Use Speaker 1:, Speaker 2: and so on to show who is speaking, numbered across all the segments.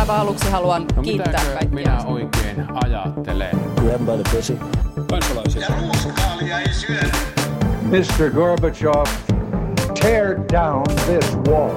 Speaker 1: aivan aluksi haluan kiittää kaikkia.
Speaker 2: Minä oikein ajattelen?
Speaker 3: Grab by the pussy.
Speaker 2: Kansalaisia.
Speaker 4: Ja ruuskaalia ei syödä.
Speaker 5: Mr. Gorbachev, tear down this wall.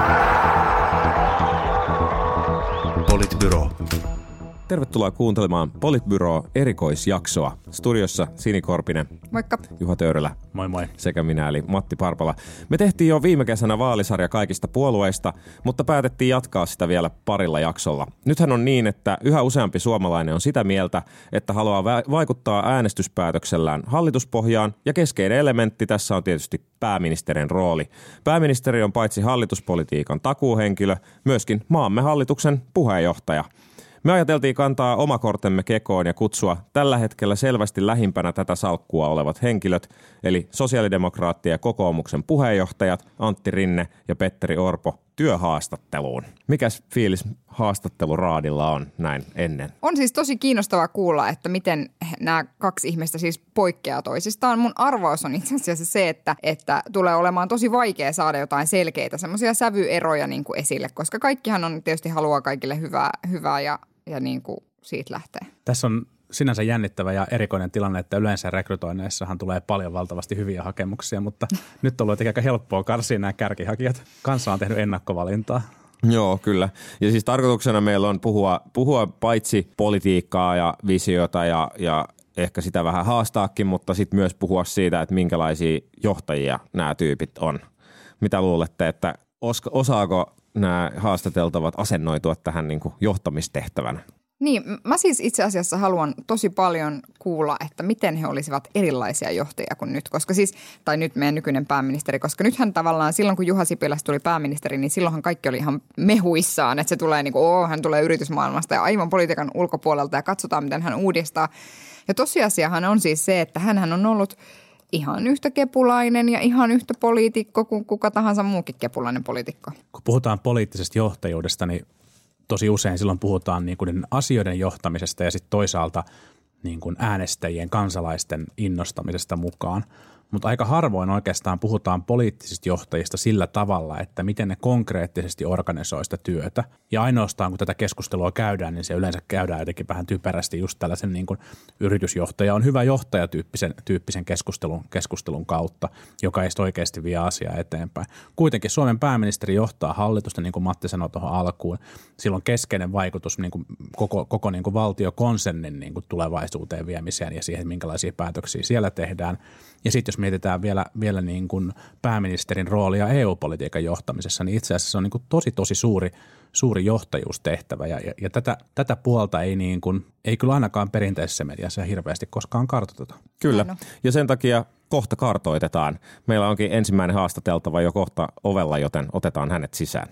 Speaker 6: Politbyro.
Speaker 7: Tervetuloa kuuntelemaan Politbyro erikoisjaksoa. Studiossa Sini Korpinen.
Speaker 1: Moikka.
Speaker 7: Juha Töyrylä.
Speaker 6: Moi moi.
Speaker 7: Sekä minä eli Matti Parpala. Me tehtiin jo viime kesänä vaalisarja kaikista puolueista, mutta päätettiin jatkaa sitä vielä parilla jaksolla. Nythän on niin, että yhä useampi suomalainen on sitä mieltä, että haluaa vaikuttaa äänestyspäätöksellään hallituspohjaan, ja keskeinen elementti tässä on tietysti pääministerin rooli. Pääministeri on paitsi hallituspolitiikan takuuhenkilö, myöskin maamme hallituksen puheenjohtaja. Me ajateltiin kantaa oma kortemme kekoon ja kutsua tällä hetkellä selvästi lähimpänä tätä salkkua olevat henkilöt, eli sosiaalidemokraattien ja kokoomuksen puheenjohtajat Antti Rinne ja Petteri Orpo työhaastatteluun. Mikäs fiilis haastatteluraadilla on näin ennen?
Speaker 1: On siis tosi kiinnostavaa kuulla, että miten nämä kaksi ihmistä siis poikkeaa toisistaan. Mun arvaus on itse asiassa se, että tulee olemaan tosi vaikea saada jotain selkeitä semmoisia sävyeroja niin kuin esille, koska kaikkihan on tietysti haluaa kaikille hyvää ja niin kuin siitä lähtee.
Speaker 6: Tässä on sinänsä jännittävä ja erikoinen tilanne, että yleensä rekrytoinneissahan tulee paljon valtavasti hyviä hakemuksia, mutta nyt on ollut aika helppoa karsia nämä kärkihakijat. Kansa on tehnyt ennakkovalintaa.
Speaker 7: Joo, kyllä. Ja siis tarkoituksena meillä on puhua paitsi politiikkaa ja visiota ja ehkä sitä vähän haastaakin, mutta sitten myös puhua siitä, että minkälaisia johtajia nämä tyypit on. Mitä luulette, että osaako nämä haastateltavat asennoitua tähän niin kuin johtamistehtävänä?
Speaker 1: Niin, mä siis itse asiassa haluan tosi paljon kuulla, että miten he olisivat erilaisia johtajia kuin nyt, koska siis, tai nyt meidän nykyinen pääministeri, koska nythän tavallaan silloin, kun Juha Sipilästä tuli pääministeri, niin silloinhan kaikki oli ihan mehuissaan, että se tulee niin kuin, hän tulee yritysmaailmasta ja aivan politiikan ulkopuolelta ja katsotaan, miten hän uudistaa. Ja tosiasiahan on siis se, että hänhän on ollut ihan yhtä kepulainen ja ihan yhtä poliitikko kuin kuka tahansa muukin kepulainen poliitikko.
Speaker 6: Kun puhutaan poliittisesta johtajuudesta, niin tosi usein silloin puhutaan niin kuin asioiden johtamisesta ja sitten toisaalta niin kuin äänestäjien, kansalaisten innostamisesta mukaan. Mutta aika harvoin oikeastaan puhutaan poliittisista johtajista sillä tavalla, että miten ne konkreettisesti organisoi sitä työtä. Ja ainoastaan kun tätä keskustelua käydään, niin se yleensä käydään jotenkin vähän typerästi just tällaisen niin kuin yritysjohtaja on hyvä johtaja tyyppisen keskustelun kautta, joka ei sitten oikeasti vie asiaa eteenpäin. Kuitenkin Suomen pääministeri johtaa hallitusta, niin kuin Matti sanoi tuohon alkuun. Sillä on keskeinen vaikutus niin kuin koko niin kuin valtiokonsernin niin kuin tulevaisuuteen viemiseen ja siihen, minkälaisia päätöksiä siellä tehdään. Ja sitten jos mietitään vielä niin kuin pääministerin roolia EU-politiikan johtamisessa, niin itse asiassa se on niin kuin tosi suuri johtajuustehtävä. Ja tätä puolta ei kyllä ainakaan perinteisessä mediassa hirveästi koskaan kartoiteta.
Speaker 7: Kyllä, ja sen takia kohta kartoitetaan. Meillä onkin ensimmäinen haastateltava jo kohta ovella, joten otetaan hänet sisään.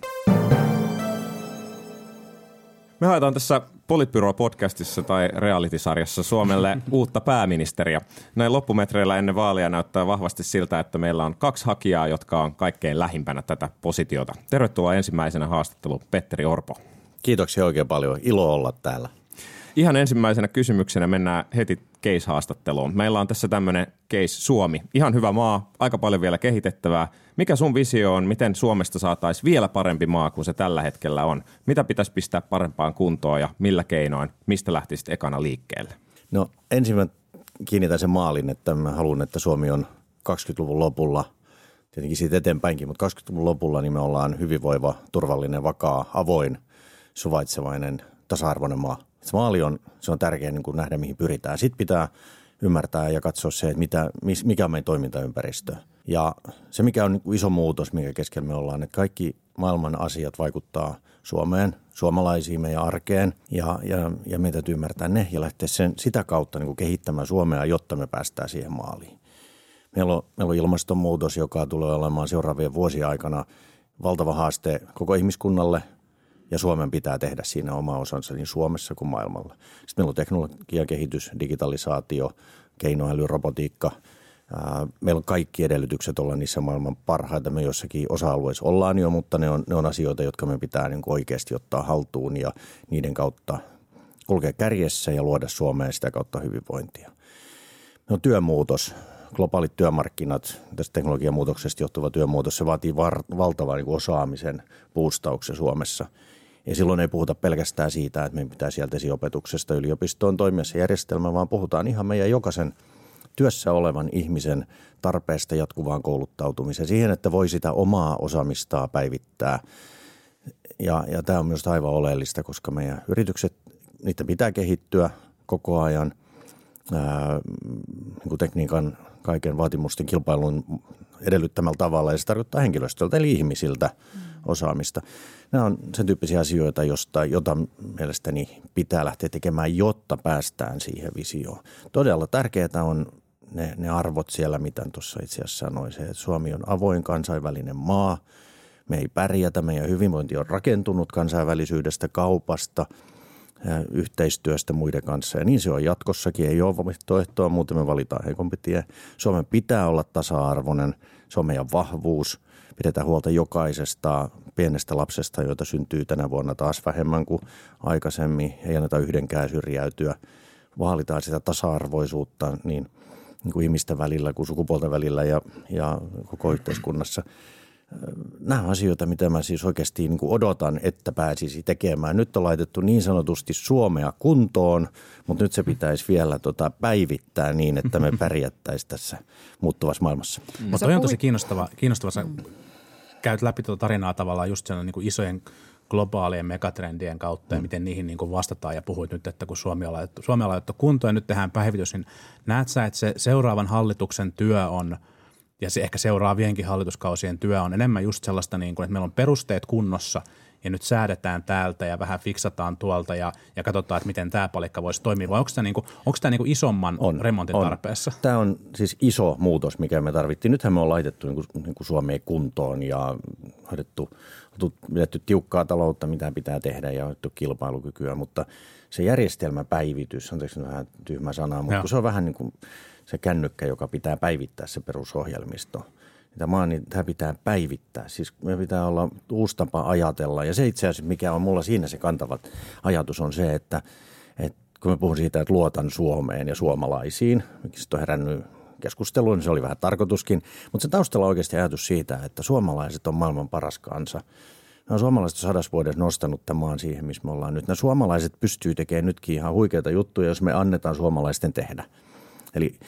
Speaker 7: Me haetaan tässä Politbyro-podcastissa tai reality-sarjassa Suomelle uutta pääministeriä. Näin loppumetreillä ennen vaalia näyttää vahvasti siltä, että meillä on kaksi hakijaa, jotka on kaikkein lähimpänä tätä positiota. Tervetuloa ensimmäisenä haastatteluun Petteri Orpo.
Speaker 3: Kiitoksia oikein paljon. Ilo olla täällä.
Speaker 7: Ihan ensimmäisenä kysymyksenä mennään heti case-haastatteluun. Meillä on tässä tämmöinen case Suomi. Ihan hyvä maa, aika paljon vielä kehitettävää. Mikä sun visio on, miten Suomesta saataisiin vielä parempi maa kuin se tällä hetkellä on? Mitä pitäisi pistää parempaan kuntoon ja millä keinoin? Mistä lähtisit ekana liikkeelle?
Speaker 3: No ensin mä kiinnitän sen maalin, että mä haluan, että Suomi on 20-luvun lopulla, tietenkin siitä eteenpäinkin, mutta 20-luvun lopulla niin me ollaan hyvinvoiva, turvallinen, vakaa, avoin, suvaitsevainen, tasa-arvoinen maa. Se maali se on tärkeää niin kuin nähdä, mihin pyritään. Sitten pitää ymmärtää ja katsoa se, että mikä on meidän toimintaympäristö. Ja se, mikä on niin kuin iso muutos, minkä keskellä me ollaan, että kaikki maailman asiat vaikuttaa Suomeen, suomalaisiin, meidän arkeen. Ja meidän täytyy ymmärtää ne ja lähteä sitä kautta niin kuin kehittämään Suomea, jotta me päästään siihen maaliin. Meillä on ilmastonmuutos, joka tulee olemaan seuraavien vuosien aikana valtava haaste koko ihmiskunnalle. Ja Suomen pitää tehdä siinä oma osansa niin Suomessa kuin maailmalla. Sitten meillä on teknologian kehitys, digitalisaatio, keinoäly, robotiikka. Meillä on kaikki edellytykset olla niissä maailman parhaita. Me jossakin osa-alueissa ollaan jo, mutta ne on asioita, jotka me pitää niin kuin oikeasti ottaa haltuun ja niiden kautta kulkea kärjessä ja luoda Suomeen sitä kautta hyvinvointia. Me on työmuutos, globaalit työmarkkinat, tästä teknologian muutoksesta johtuva työmuutos, se vaatii valtavan niin kuin osaamisen boostauksen Suomessa. Ja silloin ei puhuta pelkästään siitä, että meidän pitää sieltä esiopetuksesta yliopistoon toimia se järjestelmä, vaan puhutaan ihan meidän jokaisen työssä olevan ihmisen tarpeesta jatkuvaan kouluttautumiseen, siihen, että voi sitä omaa osaamistaan päivittää. Ja tämä on myös aivan oleellista, koska meidän yritykset, niitä pitää kehittyä koko ajan niin kuin tekniikan kaiken vaatimusten kilpailun edellyttämällä tavalla, ja se tarkoittaa henkilöstöltä eli ihmisiltä osaamista. Nämä on sen tyyppisiä asioita, jota mielestäni pitää lähteä tekemään, jotta päästään siihen visioon. Todella tärkeää on ne arvot siellä, mitä tuossa itse asiassa sanoin, se, että Suomi on avoin kansainvälinen maa. Me ei pärjätä, meidän hyvinvointi on rakentunut kansainvälisyydestä, kaupasta, yhteistyöstä muiden kanssa. Ja niin se on jatkossakin, ei ole vaihtoehtoa, muuten me valitaan heikompi tie. Suomen pitää olla tasa-arvoinen, se on meidän vahvuus. Pidetään huolta jokaisesta pienestä lapsesta, joita syntyy tänä vuonna taas vähemmän kuin aikaisemmin. Ei anneta yhdenkään syrjäytyä. Vaalitaan sitä tasa-arvoisuutta niin kuin ihmisten välillä kuin sukupuolten välillä ja koko yhteiskunnassa. Nämä on asioita, mitä mä siis oikeasti niin kuin odotan, että pääsisi tekemään. Nyt on laitettu niin sanotusti Suomea kuntoon, mutta nyt se pitäisi vielä päivittää niin, että me pärjättäisiin tässä muuttuvassa maailmassa.
Speaker 6: Mutta toi on tosi kiinnostava. Sä käyt läpi tuota tarinaa tavallaan just sen niin kuin isojen globaalien megatrendien kautta ja miten niihin niin kuin vastataan. Ja puhuit nyt, että kun Suomi on laitettu kuntoon ja nyt tehdään päivitys, niin näet sä, että se seuraavan hallituksen työ on ja se ehkä seuraavienkin hallituskausien työ on enemmän just sellaista, niin kuin, että meillä on perusteet kunnossa ja nyt säädetään täältä ja vähän fiksataan tuolta ja katsotaan, että miten tämä palikka voisi toimia. Vai onko tämä isomman remontin tarpeessa?
Speaker 3: Tämä on siis iso muutos, mikä me tarvittiin. Nythän me on laitettu niin kuin Suomeen kuntoon ja pidetty tiukkaa taloutta, mitä pitää tehdä ja hoidettu kilpailukykyä, mutta se järjestelmäpäivitys, anteeksi vähän tyhmä sana, mutta se on vähän niin kuin se kännykkä, joka pitää päivittää se perusohjelmisto. Tämä pitää päivittää. Siis me pitää olla uusi tapa ajatella. Ja se itse asiassa, mikä on mulla siinä se kantava ajatus, on se, että kun mä puhun siitä, että luotan Suomeen ja suomalaisiin, miksi se on herännyt keskusteluun, niin se oli vähän tarkoituskin. Mutta se taustalla on oikeasti ajatus siitä, että suomalaiset on maailman paras kansa. Nämä suomalaiset 100 vuodessa nostanut tämän maan siihen, missä me ollaan nyt. Nämä suomalaiset pystyy tekemään nytkin ihan huikeita juttuja, jos me annetaan suomalaisten tehdä. Eli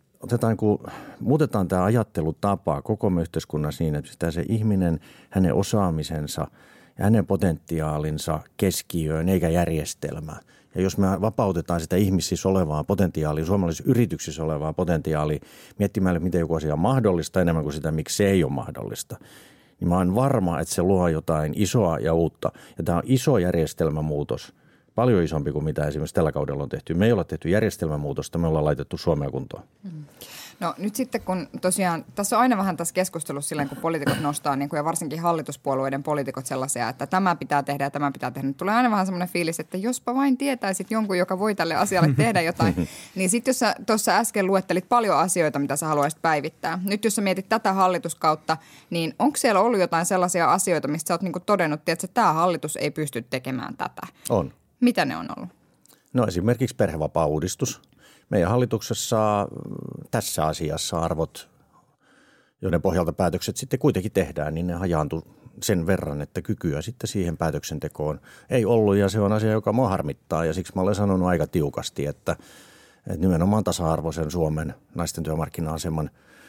Speaker 3: muutetaan tämä ajattelutapa koko yhteiskunnassa niin, että pitää se ihminen, hänen osaamisensa ja hänen potentiaalinsa keskiöön eikä järjestelmää. Ja jos me vapautetaan sitä ihmisissä olevaa potentiaalia, suomalaisissa yrityksissä olevaa potentiaalia, miettimään, miten joku asia on mahdollista enemmän kuin sitä, miksi se ei ole mahdollista, niin mä oon varma, että se luo jotain isoa ja uutta. Ja tämä on iso järjestelmämuutos. Paljon isompi kuin mitä esimerkiksi tällä kaudella on tehty. Me ei olla tehty järjestelmämuutosta, me ollaan laitettu Suomea kuntoon.
Speaker 1: No nyt sitten kun tosiaan, tässä on aina vähän tässä keskustelussa silleen, kun poliitikot nostaa, niin kuin, ja varsinkin hallituspuolueiden poliitikot sellaisia, että tämä pitää tehdä ja tämä pitää tehdä. Nyt tulee aina vähän semmoinen fiilis, että jospa vain tietäisit jonkun, joka voi tälle asialle tehdä jotain. Niin sitten jos sä tuossa äsken luettelit paljon asioita, mitä sä haluaisit päivittää. Nyt jos sä mietit tätä hallituskautta, niin onko siellä ollut jotain sellaisia asioita, mistä sä oot niin kuin todennut, että tämä hallitus ei pysty tekemään tätä?
Speaker 3: On.
Speaker 1: Mitä ne on ollut?
Speaker 3: No esimerkiksi perhevapaauudistus. Meidän hallituksessa tässä asiassa arvot, joiden pohjalta päätökset sitten kuitenkin tehdään, niin ne hajaantuu sen verran, että kykyä sitten siihen päätöksentekoon ei ollut. Ja se on asia, joka mua harmittaa ja siksi mä olen sanonut aika tiukasti, että nimenomaan tasa-arvoisen Suomen naisten työmarkkina-aseman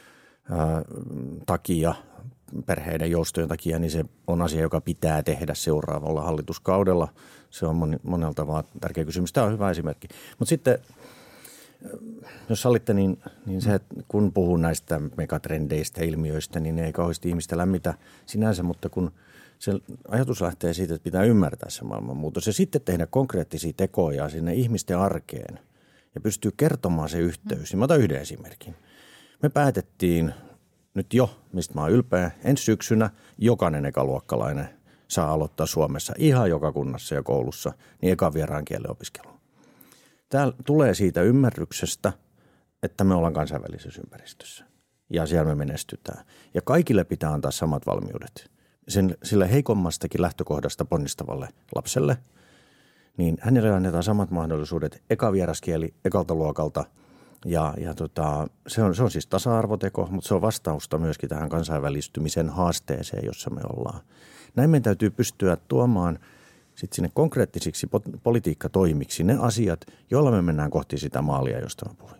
Speaker 3: takia, perheiden joustojen takia, niin se on asia, joka pitää tehdä seuraavalla hallituskaudella. Se on monella tavalla tärkeä kysymys. Tämä on hyvä esimerkki. Mutta sitten, jos sallitte, niin se, että kun puhun näistä megatrendeistä ja ilmiöistä, niin ne ei kauheasti ihmistä lämmitä sinänsä, mutta kun se ajatus lähtee siitä, että pitää ymmärtää se maailmanmuutos ja sitten tehdä konkreettisia tekoja sinne ihmisten arkeen ja pystyy kertomaan se yhteys. Niin mä otan yhden esimerkin. Me päätettiin nyt jo, mistä mä oon ylpeä, ensi syksynä jokainen ekaluokkalainen saa aloittaa Suomessa ihan joka kunnassa ja koulussa niin ekan vieraan kielen opiskelua. Tämä tulee siitä ymmärryksestä, että me ollaan kansainvälisessä ympäristössä ja siellä me menestytään. Ja kaikille pitää antaa samat valmiudet. Sillä heikommastakin lähtökohdasta ponnistavalle lapselle, niin hänelle annetaan samat mahdollisuudet eka vieraskieli ekalta luokalta. Se on siis tasa-arvoteko, mutta se on vastausta myöskin tähän kansainvälistymisen haasteeseen, jossa me ollaan. Näin meidän täytyy pystyä tuomaan sitten sinne konkreettisiksi politiikkatoimiksi ne asiat, joilla me mennään kohti sitä maalia, josta mä puhuin.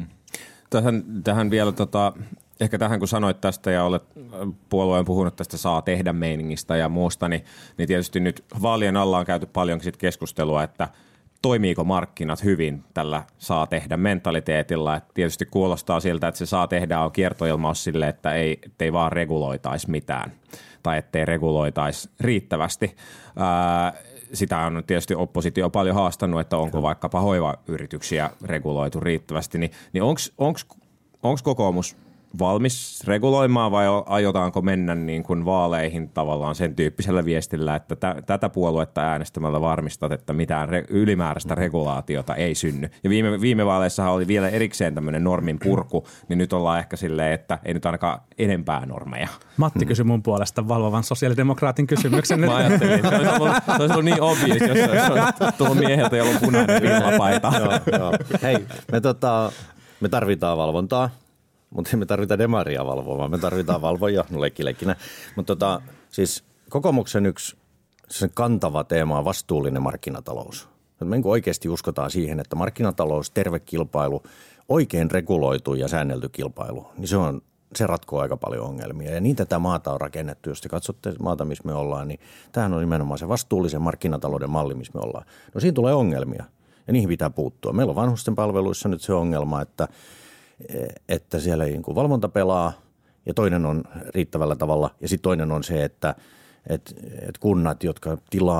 Speaker 7: Tähän vielä ehkä tähän kun sanoit tästä ja olet puolueen puhunut tästä saa tehdä meiningistä ja muusta, niin tietysti nyt vaalien alla on käyty paljon sit keskustelua, että toimiiko markkinat hyvin tällä saa tehdä mentaliteetilla. Et tietysti kuulostaa siltä, että se saa tehdä on kiertoilmaus sille, että ei vaan reguloitaisi mitään tai ettei reguloitaisi riittävästi. Sitä on tietysti oppositio paljon haastanut, että onko vaikkapa hoivayrityksiä reguloitu riittävästi. Niin onko kokoomus valmis reguloimaan vai aiotaanko mennä niin kuin vaaleihin tavallaan sen tyyppisellä viestillä, että tätä puoluetta äänestämällä varmistat, että mitään ylimääräistä regulaatiota ei synny. Ja viime vaaleissahan oli vielä erikseen tämmöinen normin purku, niin nyt ollaan ehkä silleen, että ei nyt ainakaan enempää normeja.
Speaker 6: Matti kysyi mun puolesta valvovan sosiaalidemokraatin kysymyksen.
Speaker 7: Mä ajattelin, että se olisi ollut niin obvious, jos tuolla mieheltä, jolla on punainen villapaita.
Speaker 3: Joo. Hei, me tarvitaan valvontaa. Mutta me tarvitaan demaria valvomaan, me tarvitaan valvojia, leikkileikkinä. Mutta siis kokoomuksen yksi sen kantava teema on vastuullinen markkinatalous. Me oikeasti uskotaan siihen, että markkinatalous, terve kilpailu, oikein reguloitu ja säännelty kilpailu, niin se ratkoo aika paljon ongelmia. Ja niin tätä maata on rakennettu, jos te katsotte maata, missä me ollaan, niin tämähän on nimenomaan se vastuullisen markkinatalouden malli, missä me ollaan. No siinä tulee ongelmia ja niihin pitää puuttua. Meillä on vanhusten palveluissa nyt se ongelma, että siellä niin kuin valvonta pelaa ja toinen on riittävällä tavalla ja sitten toinen on se, että kunnat, jotka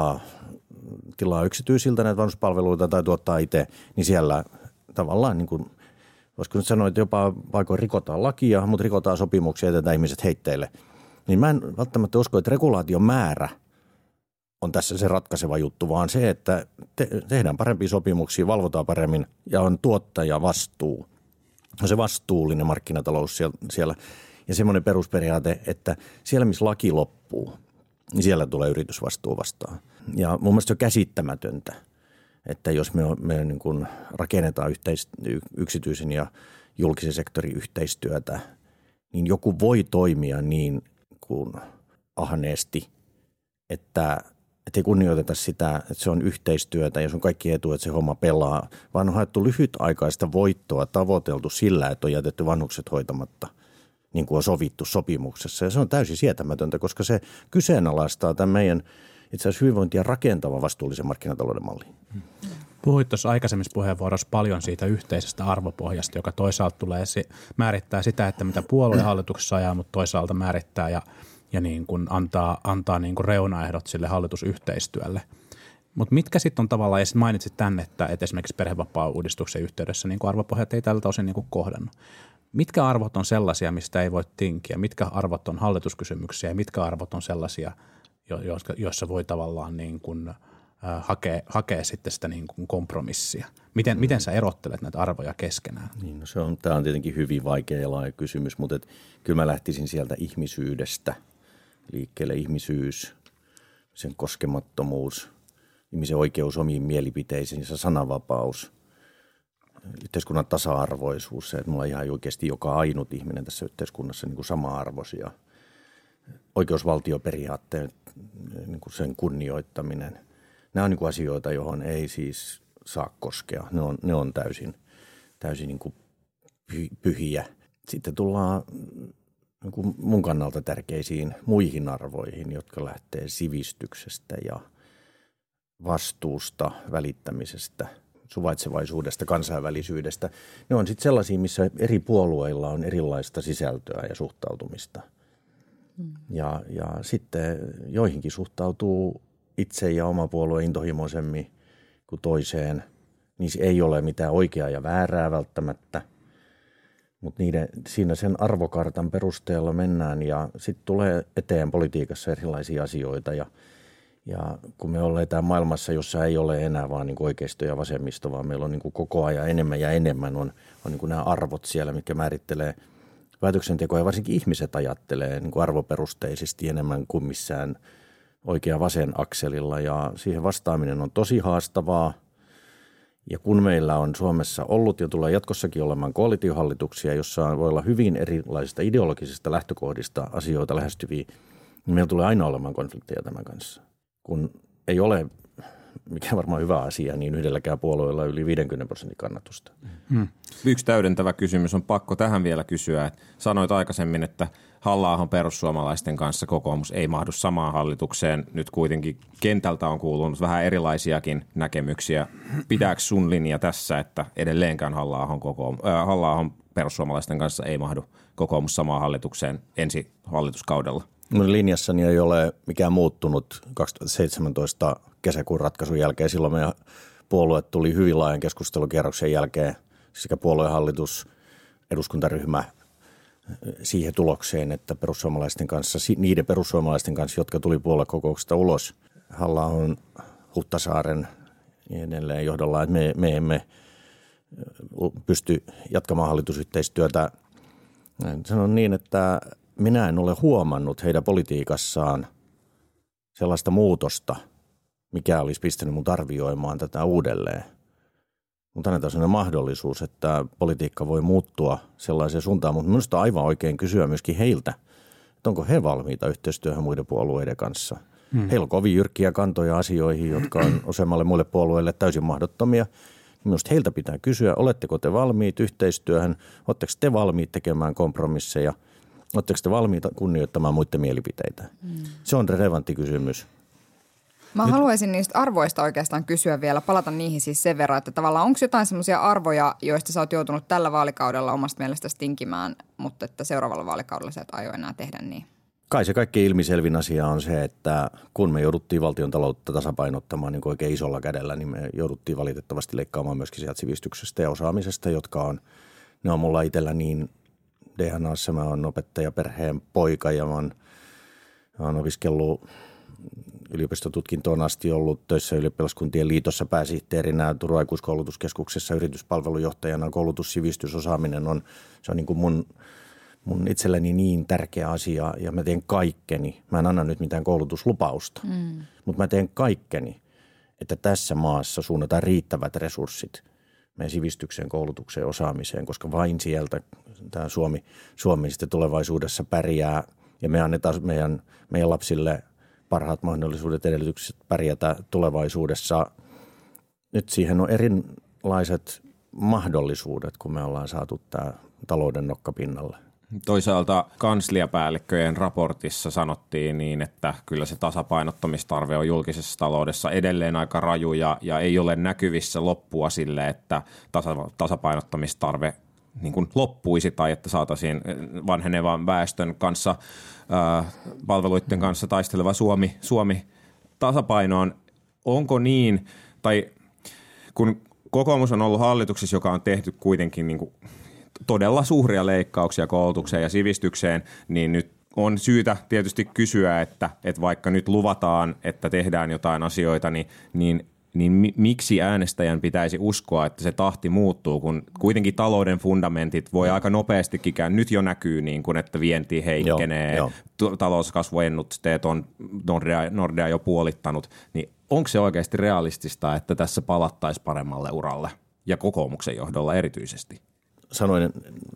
Speaker 3: tilaa yksityisiltä näitä vanhuspalveluita tai tuottaa itse, niin siellä tavallaan niin kuin, voisiko nyt sanoa, että jopa paikoin rikotaan lakia, mutta rikotaan sopimuksia ja jätetään ihmiset heitteille. Niin mä en välttämättä usko, että regulaation määrä on tässä se ratkaiseva juttu, vaan se, että tehdään parempia sopimuksia, valvotaan paremmin ja on tuottajavastuu. On se vastuullinen markkinatalous siellä ja semmoinen perusperiaate, että siellä missä laki loppuu, niin siellä tulee yritysvastuu vastaan. Ja mun mielestä se on käsittämätöntä, että jos me niin kuin rakennetaan yksityisen ja julkisen sektorin yhteistyötä, niin joku voi toimia niin kuin ahneesti, että ei kunnioiteta sitä, että se on yhteistyötä ja se on kaikki etu, että se homma pelaa, vaan on haettu lyhytaikaista voittoa tavoiteltu sillä, että on jätetty vanhukset hoitamatta, niin kuin on sovittu sopimuksessa. Ja se on täysin sietämätöntä, koska se kyseenalaistaa tämän meidän itse asiassa hyvinvointia rakentava vastuullisen markkinatalouden malli.
Speaker 6: Puhuit tuossa aikaisemmissa puheenvuorossa paljon siitä yhteisestä arvopohjasta, joka toisaalta määrittää sitä, että mitä puolueen hallituksessa ajaa, mutta toisaalta määrittää ja niin kuin antaa niin kuin reunaehdot sille hallitusyhteistyölle. Mutta mitkä sitten on tavallaan, ja mainitsit tänne, että esimerkiksi perhevapaa-uudistuksen yhteydessä niin kuin arvopohjat ei tältä osin niin kuin kohdannut. Mitkä arvot on sellaisia, mistä ei voi tinkiä? Mitkä arvot on hallituskysymyksiä ja mitkä arvot on sellaisia, joissa voi tavallaan niin kuin hakea sitten sitä niin kuin kompromissia? Miten sä erottelet näitä arvoja keskenään?
Speaker 3: Niin, no tämä on tietenkin hyvin vaikea ja laaja kysymys, mutta kyllä mä lähtisin sieltä ihmisyydestä liikkeelle. Ihmisyys, sen koskemattomuus, ihmisen oikeus omiin mielipiteisiin, sananvapaus, yhteiskunnan tasa-arvoisuus, se, että mulla on ihan oikeasti joka ainut ihminen tässä yhteiskunnassa niin kuin sama-arvoisia. Oikeusvaltioperiaatteen, niin kuin sen kunnioittaminen. Nämä on niin kuin asioita, johon ei siis saa koskea. Ne on täysin niin kuin pyhiä. Sitten tullaan niin kuin mun kannalta tärkeisiin muihin arvoihin, jotka lähtee sivistyksestä ja vastuusta, välittämisestä, suvaitsevaisuudesta, kansainvälisyydestä. Ne on sitten sellaisia, missä eri puolueilla on erilaista sisältöä ja suhtautumista. Ja sitten joihinkin suhtautuu itse ja oma puolue intohimoisemmin kuin toiseen. Niissä ei ole mitään oikeaa ja väärää välttämättä, mutta siinä sen arvokartan perusteella mennään ja sitten tulee eteen politiikassa erilaisia asioita. Ja kun me ollaan täällä maailmassa, jossa ei ole enää vaan niin kuin oikeisto ja vasemmisto, vaan meillä on niin kuin koko ajan enemmän ja enemmän on niin kuin nämä arvot siellä, mitkä määrittelee päätöksentekoa ja varsinkin ihmiset ajattelee niin kuin arvoperusteisesti enemmän kuin missään oikea vasen akselilla ja siihen vastaaminen on tosi haastavaa. Ja kun meillä on Suomessa ollut ja tulee jatkossakin olemaan koalitiohallituksia, jossa voi olla hyvin erilaisista ideologisista lähtökohdista asioita lähestyviä, niin meillä tulee aina olemaan konflikteja tämän kanssa. Kun ei ole mikä on varmaan hyvä asia, niin yhdelläkään puolueella yli 50% kannatusta.
Speaker 7: Yksi täydentävä kysymys on pakko tähän vielä kysyä. Että sanoit aikaisemmin, että Halla-ahon perussuomalaisten kanssa kokoomus ei mahdu samaan hallitukseen. Nyt kuitenkin kentältä on kuulunut vähän erilaisiakin näkemyksiä. Pitääkö sun linja tässä, että edelleenkään Halla-ahon perussuomalaisten kanssa ei mahdu kokoomus samaan hallitukseen ensi hallituskaudella?
Speaker 3: Minun linjassani ei ole mikään muuttunut 2017 kesäkuun ratkaisun jälkeen. Silloin meidän puolue tuli hyvin laajan keskustelukierroksen jälkeen sekä puoluehallitus, eduskuntaryhmä siihen tulokseen, että niiden perussuomalaisten kanssa, jotka tuli puoluekokouksesta ulos, Halla-ahon, Huhtasaaren ja edelleen johdolla, että me emme pysty jatkamaan hallitusyhteistyötä. Sanon niin, että minä en ole huomannut heidän politiikassaan sellaista muutosta, mikä olisi pistänyt mut arvioimaan tätä uudelleen. Mutta annetaan sellainen mahdollisuus, että politiikka voi muuttua sellaiseen suuntaan, mutta minusta on aivan oikein kysyä myöskin heiltä, että onko he valmiita yhteistyöhön muiden puolueiden kanssa. Heillä on kovin jyrkkiä kantoja asioihin, jotka on useammalle muille puolueille täysin mahdottomia. Minusta heiltä pitää kysyä, oletteko te valmiit yhteistyöhön, oletteko te valmiit tekemään kompromisseja, oletteko te valmiita kunnioittamaan muiden mielipiteitä. Se on relevantti kysymys.
Speaker 1: Mä haluaisin niistä arvoista oikeastaan kysyä vielä, palata niihin siis sen verran, että tavallaan onko jotain semmoisia arvoja, joista sä oot joutunut tällä vaalikaudella omasta mielestäsi tinkimään, mutta että seuraavalla vaalikaudella sä et aio enää tehdä niin?
Speaker 3: Kai se kaikkein ilmiselvin asia on se, että kun me jouduttiin valtion taloutta tasapainottamaan niin oikein isolla kädellä, niin me jouduttiin valitettavasti leikkaamaan myöskin sieltä sivistyksestä ja osaamisesta, ne on mulla itsellä niin DNA:ssa. Mä oon opettajaperheen poika ja mä oon opiskellut yliopistotutkintoon asti, ollut töissä Ylioppilaskuntien liitossa pääsihteerinä, Turun aikuiskoulutuskeskuksessa yrityspalvelujohtajana. Koulutussivistys, osaaminen on niin kuin mun itselleni niin tärkeä asia ja mä teen kaikkeni. Mä en anna nyt mitään koulutuslupausta, mutta mä teen kaikkeni, että tässä maassa suunnataan riittävät resurssit meidän sivistykseen, koulutukseen, osaamiseen, koska vain sieltä tämä Suomi sitten tulevaisuudessa pärjää ja me annetaan meidän lapsille parhaat mahdollisuudet, edellytykset pärjätä tulevaisuudessa. Nyt siihen on erilaiset mahdollisuudet, kun me ollaan saatu tämä talouden nokkapinnalle.
Speaker 7: Toisaalta kansliapäällikköjen raportissa sanottiin niin, että kyllä se tasapainottamistarve on julkisessa taloudessa edelleen aika raju ja ei ole näkyvissä loppua sille, että tasapainottamistarve niin kuin loppuisi tai että saataisiin vanhenevan väestön kanssa, palveluiden kanssa taisteleva Suomi tasapainoon. Onko niin, tai kun kokoomus on ollut hallituksessa, joka on tehty kuitenkin niin kuin todella suuria leikkauksia koulutukseen ja sivistykseen, niin nyt on syytä tietysti kysyä, että vaikka nyt luvataan, että tehdään jotain asioita, niin miksi äänestäjän pitäisi uskoa, että se tahti muuttuu, kun kuitenkin talouden fundamentit voi aika nopeastikin nyt jo näkyy, niin kuin, että vienti heikkenee, talouskasvuennusteet on Nordea jo puolittanut, niin onko se oikeasti realistista, että tässä palattaisiin paremmalle uralle ja kokoomuksen johdolla erityisesti?
Speaker 3: Sanoin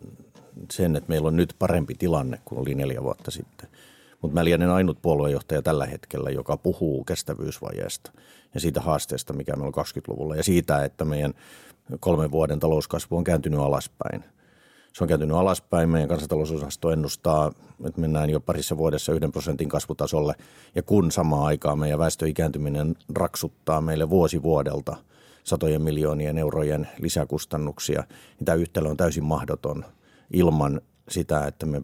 Speaker 3: sen, että meillä on nyt parempi tilanne kuin oli 4 vuotta sitten. Mutta mä lienen ainut puoluejohtaja tällä hetkellä, joka puhuu kestävyysvajeesta ja siitä haasteesta, mikä meillä on 20-luvulla. Ja siitä, että meidän 3 vuoden talouskasvu on kääntynyt alaspäin. Se on kääntynyt alaspäin. Meidän kansantalousosasto ennustaa, että mennään jo parissa vuodessa 1% kasvutasolle. Ja kun samaan aikaan meidän väestöikääntyminen raksuttaa meille vuosi vuodelta satojen miljoonien eurojen lisäkustannuksia, niin tämä yhtälö on täysin mahdoton ilman sitä, että me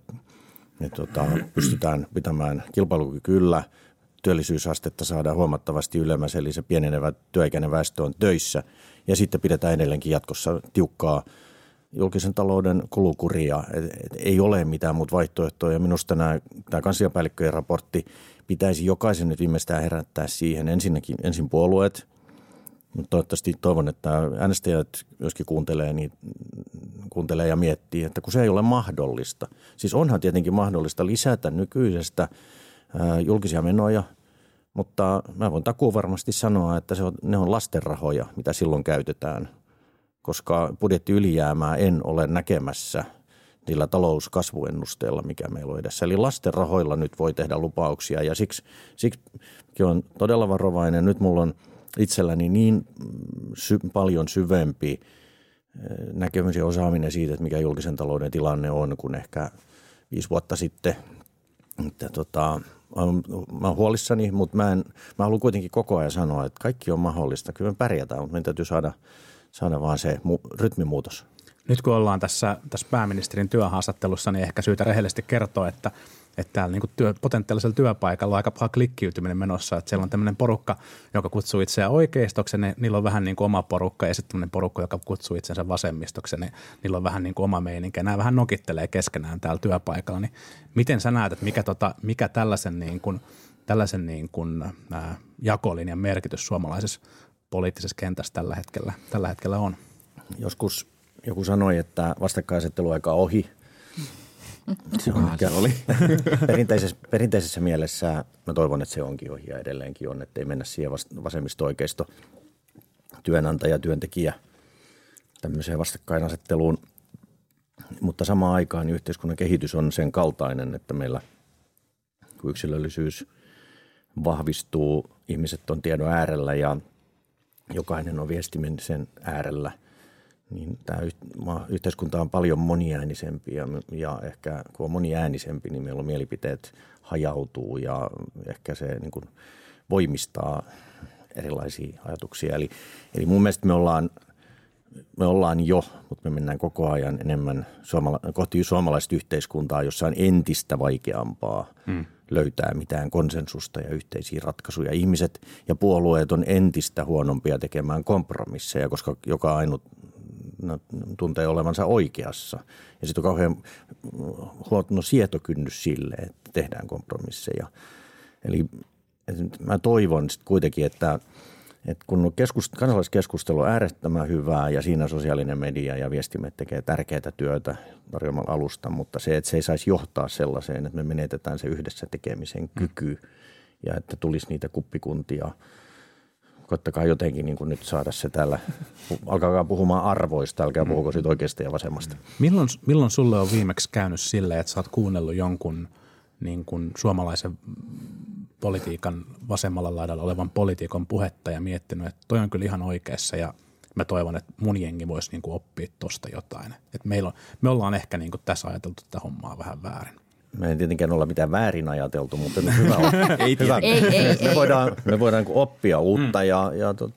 Speaker 3: pystytään pitämään kilpailukyky yllä, työllisyysastetta saadaan huomattavasti ylemmäs, eli se pienenevä työikäinen väestö on töissä. Ja sitten pidetään edelleenkin jatkossa tiukkaa julkisen talouden kulukuria. Ei ole mitään muuta vaihtoehtoa, ja minusta tämä kansliapäällikköjen raportti pitäisi jokaisen nyt viimeistään herättää siihen. Ensin puolueet, mutta toivottavasti toivon, että äänestäjät myöskin kuuntelee ja miettii, että kun se ei ole mahdollista. Siis onhan tietenkin mahdollista lisätä nykyisestä julkisia menoja, mutta mä voin takuuvarmasti sanoa, että ne on lastenrahoja, mitä silloin käytetään, koska budjettiylijäämää en ole näkemässä niillä talouskasvuennusteilla, mikä meillä on edessä. Eli lastenrahoilla nyt voi tehdä lupauksia ja siksi on todella varovainen. Nyt mulla on itselläni niin paljon syvempi näkemys ja osaaminen siitä, että mikä julkisen talouden tilanne on, kuin ehkä 5 vuotta sitten. Mä oon huolissani, mutta mä haluan kuitenkin koko ajan sanoa, että kaikki on mahdollista. Kyllä me pärjätään, mutta meidän täytyy saada vaan se rytmimuutos.
Speaker 6: Nyt kun ollaan tässä pääministerin työhaastattelussa, niin ehkä syytä rehellisesti kertoa, että täällä niin potentiaalisella työpaikalla on aika paha klikkiytyminen menossa. Että siellä on tämmöinen porukka, joka kutsuu itseään oikeistoksi, ja niillä on vähän niin kuin oma porukka, ja sitten tämmöinen porukka, joka kutsuu itsensä vasemmistoksi, ja niillä on vähän niin kuin oma meininki. Ja nämä vähän nokittelee keskenään täällä työpaikalla. Niin miten sä näet, että mikä tällaisen jakolinjan merkitys suomalaisessa poliittisessa kentässä tällä hetkellä on?
Speaker 3: Joskus joku sanoi, että vastakkainasetteluaika on ohi. Se oli. Perinteisessä mielessä mä toivon, että se onkin ohi ja edelleenkin on, että ei mennä siihen vasemmisto-oikeisto työnantaja, työntekijä tämmöiseen vastakkainasetteluun. Mutta samaan aikaan yhteiskunnan kehitys on sen kaltainen, että meillä kun yksilöllisyys vahvistuu, ihmiset on tiedon äärellä ja jokainen on viestimisen äärellä, niin tämä yhteiskunta on paljon moniäänisempi ja ehkä kun on moniäänisempi, niin meillä on mielipiteet hajautuu ja ehkä se niin kuin voimistaa erilaisia ajatuksia. Eli mun mielestä me ollaan jo, mutta me mennään koko ajan enemmän kohti suomalaista yhteiskuntaa, jossa on entistä vaikeampaa löytää mitään konsensusta ja yhteisiä ratkaisuja. Ihmiset ja puolueet on entistä huonompia tekemään kompromisseja, koska joka ainut tuntee olevansa oikeassa. Ja sitten on kauhean huono sietokynnys sille, että tehdään kompromisseja. Eli mä toivon sitten kuitenkin, että kun kansalaiskeskustelu on äärettömän hyvää ja siinä sosiaalinen media ja viestimet tekee tärkeää työtä tarjoamalla alusta, mutta se, että se ei saisi johtaa sellaiseen, että me menetetään se yhdessä tekemisen kyky ja että tulisi niitä kuppikuntia. Koittakaa jotenkin niin kuin nyt saada se täällä, alkaa puhumaan arvoista, älkää puhuko siitä oikeasta ja vasemmasta.
Speaker 6: Milloin sulle on viimeksi käynyt silleen, että sä oot kuunnellut jonkun niin kuin suomalaisen politiikan vasemmalla laidalla olevan poliitikon puhetta ja miettinyt, että toi on kyllä ihan oikeassa ja mä toivon, että mun jengi voisi niin kuin oppia tosta jotain. Että me ollaan ehkä niin kuin tässä ajateltu tätä hommaa vähän väärin.
Speaker 3: Me ei tietenkään olla mitään väärin ajateltu, mutta nyt hyvä on.
Speaker 1: Ei.
Speaker 3: Me voidaan oppia uutta ja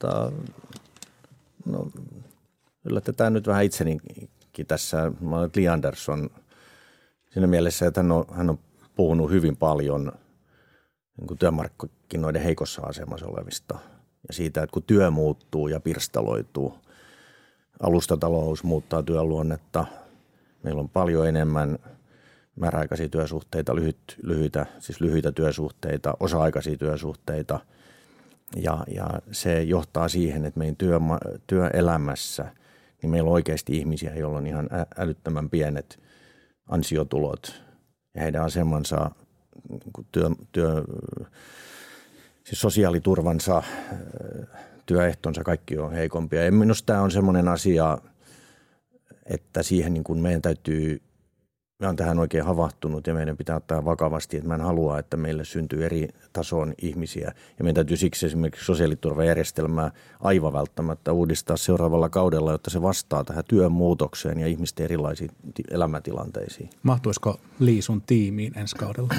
Speaker 3: yllätetään nyt vähän itsenikin tässä. Mä olen Li Andersson siinä mielessä, että hän on puhunut hyvin paljon niin kuin työmarkkinoiden heikossa asemassa olevista ja siitä, että kun työ muuttuu ja pirstaloituu, alustatalous muuttaa työluonnetta, meillä on paljon enemmän määräaikaisia työsuhteita, lyhyitä työsuhteita, osa-aikaisia työsuhteita ja se johtaa siihen, että meidän työelämässä niin meillä on oikeasti ihmisiä, joilla on ihan älyttömän pienet ansiotulot ja heidän asemansa, siis sosiaaliturvansa, työehtonsa, kaikki on heikompia. Ja minusta tämä on semmoinen asia, että siihen niin kuin meidän täytyy, mä oon tähän oikein havahtunut ja meidän pitää ottaa vakavasti, että mä en halua, että meille syntyy eri tason ihmisiä. Ja meidän täytyy siksi esimerkiksi sosiaaliturvajärjestelmää aivan välttämättä uudistaa seuraavalla kaudella, jotta se vastaa tähän työn muutokseen ja ihmisten erilaisiin elämäntilanteisiin.
Speaker 6: Mahtuisiko Li sun tiimiin ensi kaudella?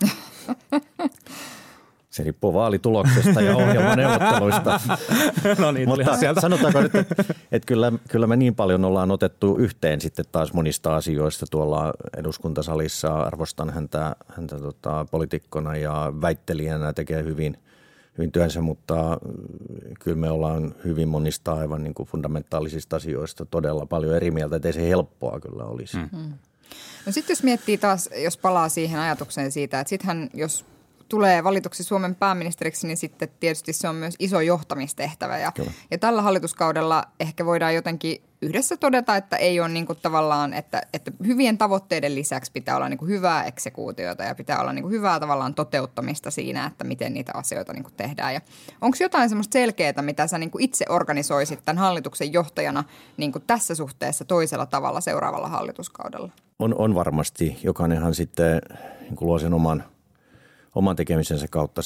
Speaker 3: Se riippuu vaalituloksesta ja ohjelmaneuvotteluista.
Speaker 6: No niin,
Speaker 3: mutta sieltä. Sanotaanko nyt, että kyllä me niin paljon ollaan otettu yhteen sitten taas monista asioista tuolla eduskuntasalissa. Arvostan häntä poliitikkona ja väittelijänä tekee hyvin työnsä, mutta kyllä me ollaan hyvin monista aivan niin kuin fundamentaalisista asioista todella paljon eri mieltä, että ei se helppoa kyllä olisi.
Speaker 1: No sitten jos miettii taas, jos palaa siihen ajatukseen siitä, että sittenhän jos tulee valituksi Suomen pääministeriksi, niin sitten tietysti se on myös iso johtamistehtävä. Ja tällä hallituskaudella ehkä voidaan jotenkin yhdessä todeta, että ei ole niin kuin tavallaan, että hyvien tavoitteiden lisäksi pitää olla niin kuin hyvää eksekuutiota ja pitää olla niin kuin hyvää tavallaan toteuttamista siinä, että miten niitä asioita niin kuin tehdään. Ja onko jotain semmoista selkeää, mitä sä niin kuin itse organisoisit tämän hallituksen johtajana niin kuin tässä suhteessa toisella tavalla seuraavalla hallituskaudella?
Speaker 3: On varmasti. Jokainenhan sitten niin kuin luo sen oman tekemisensä kautta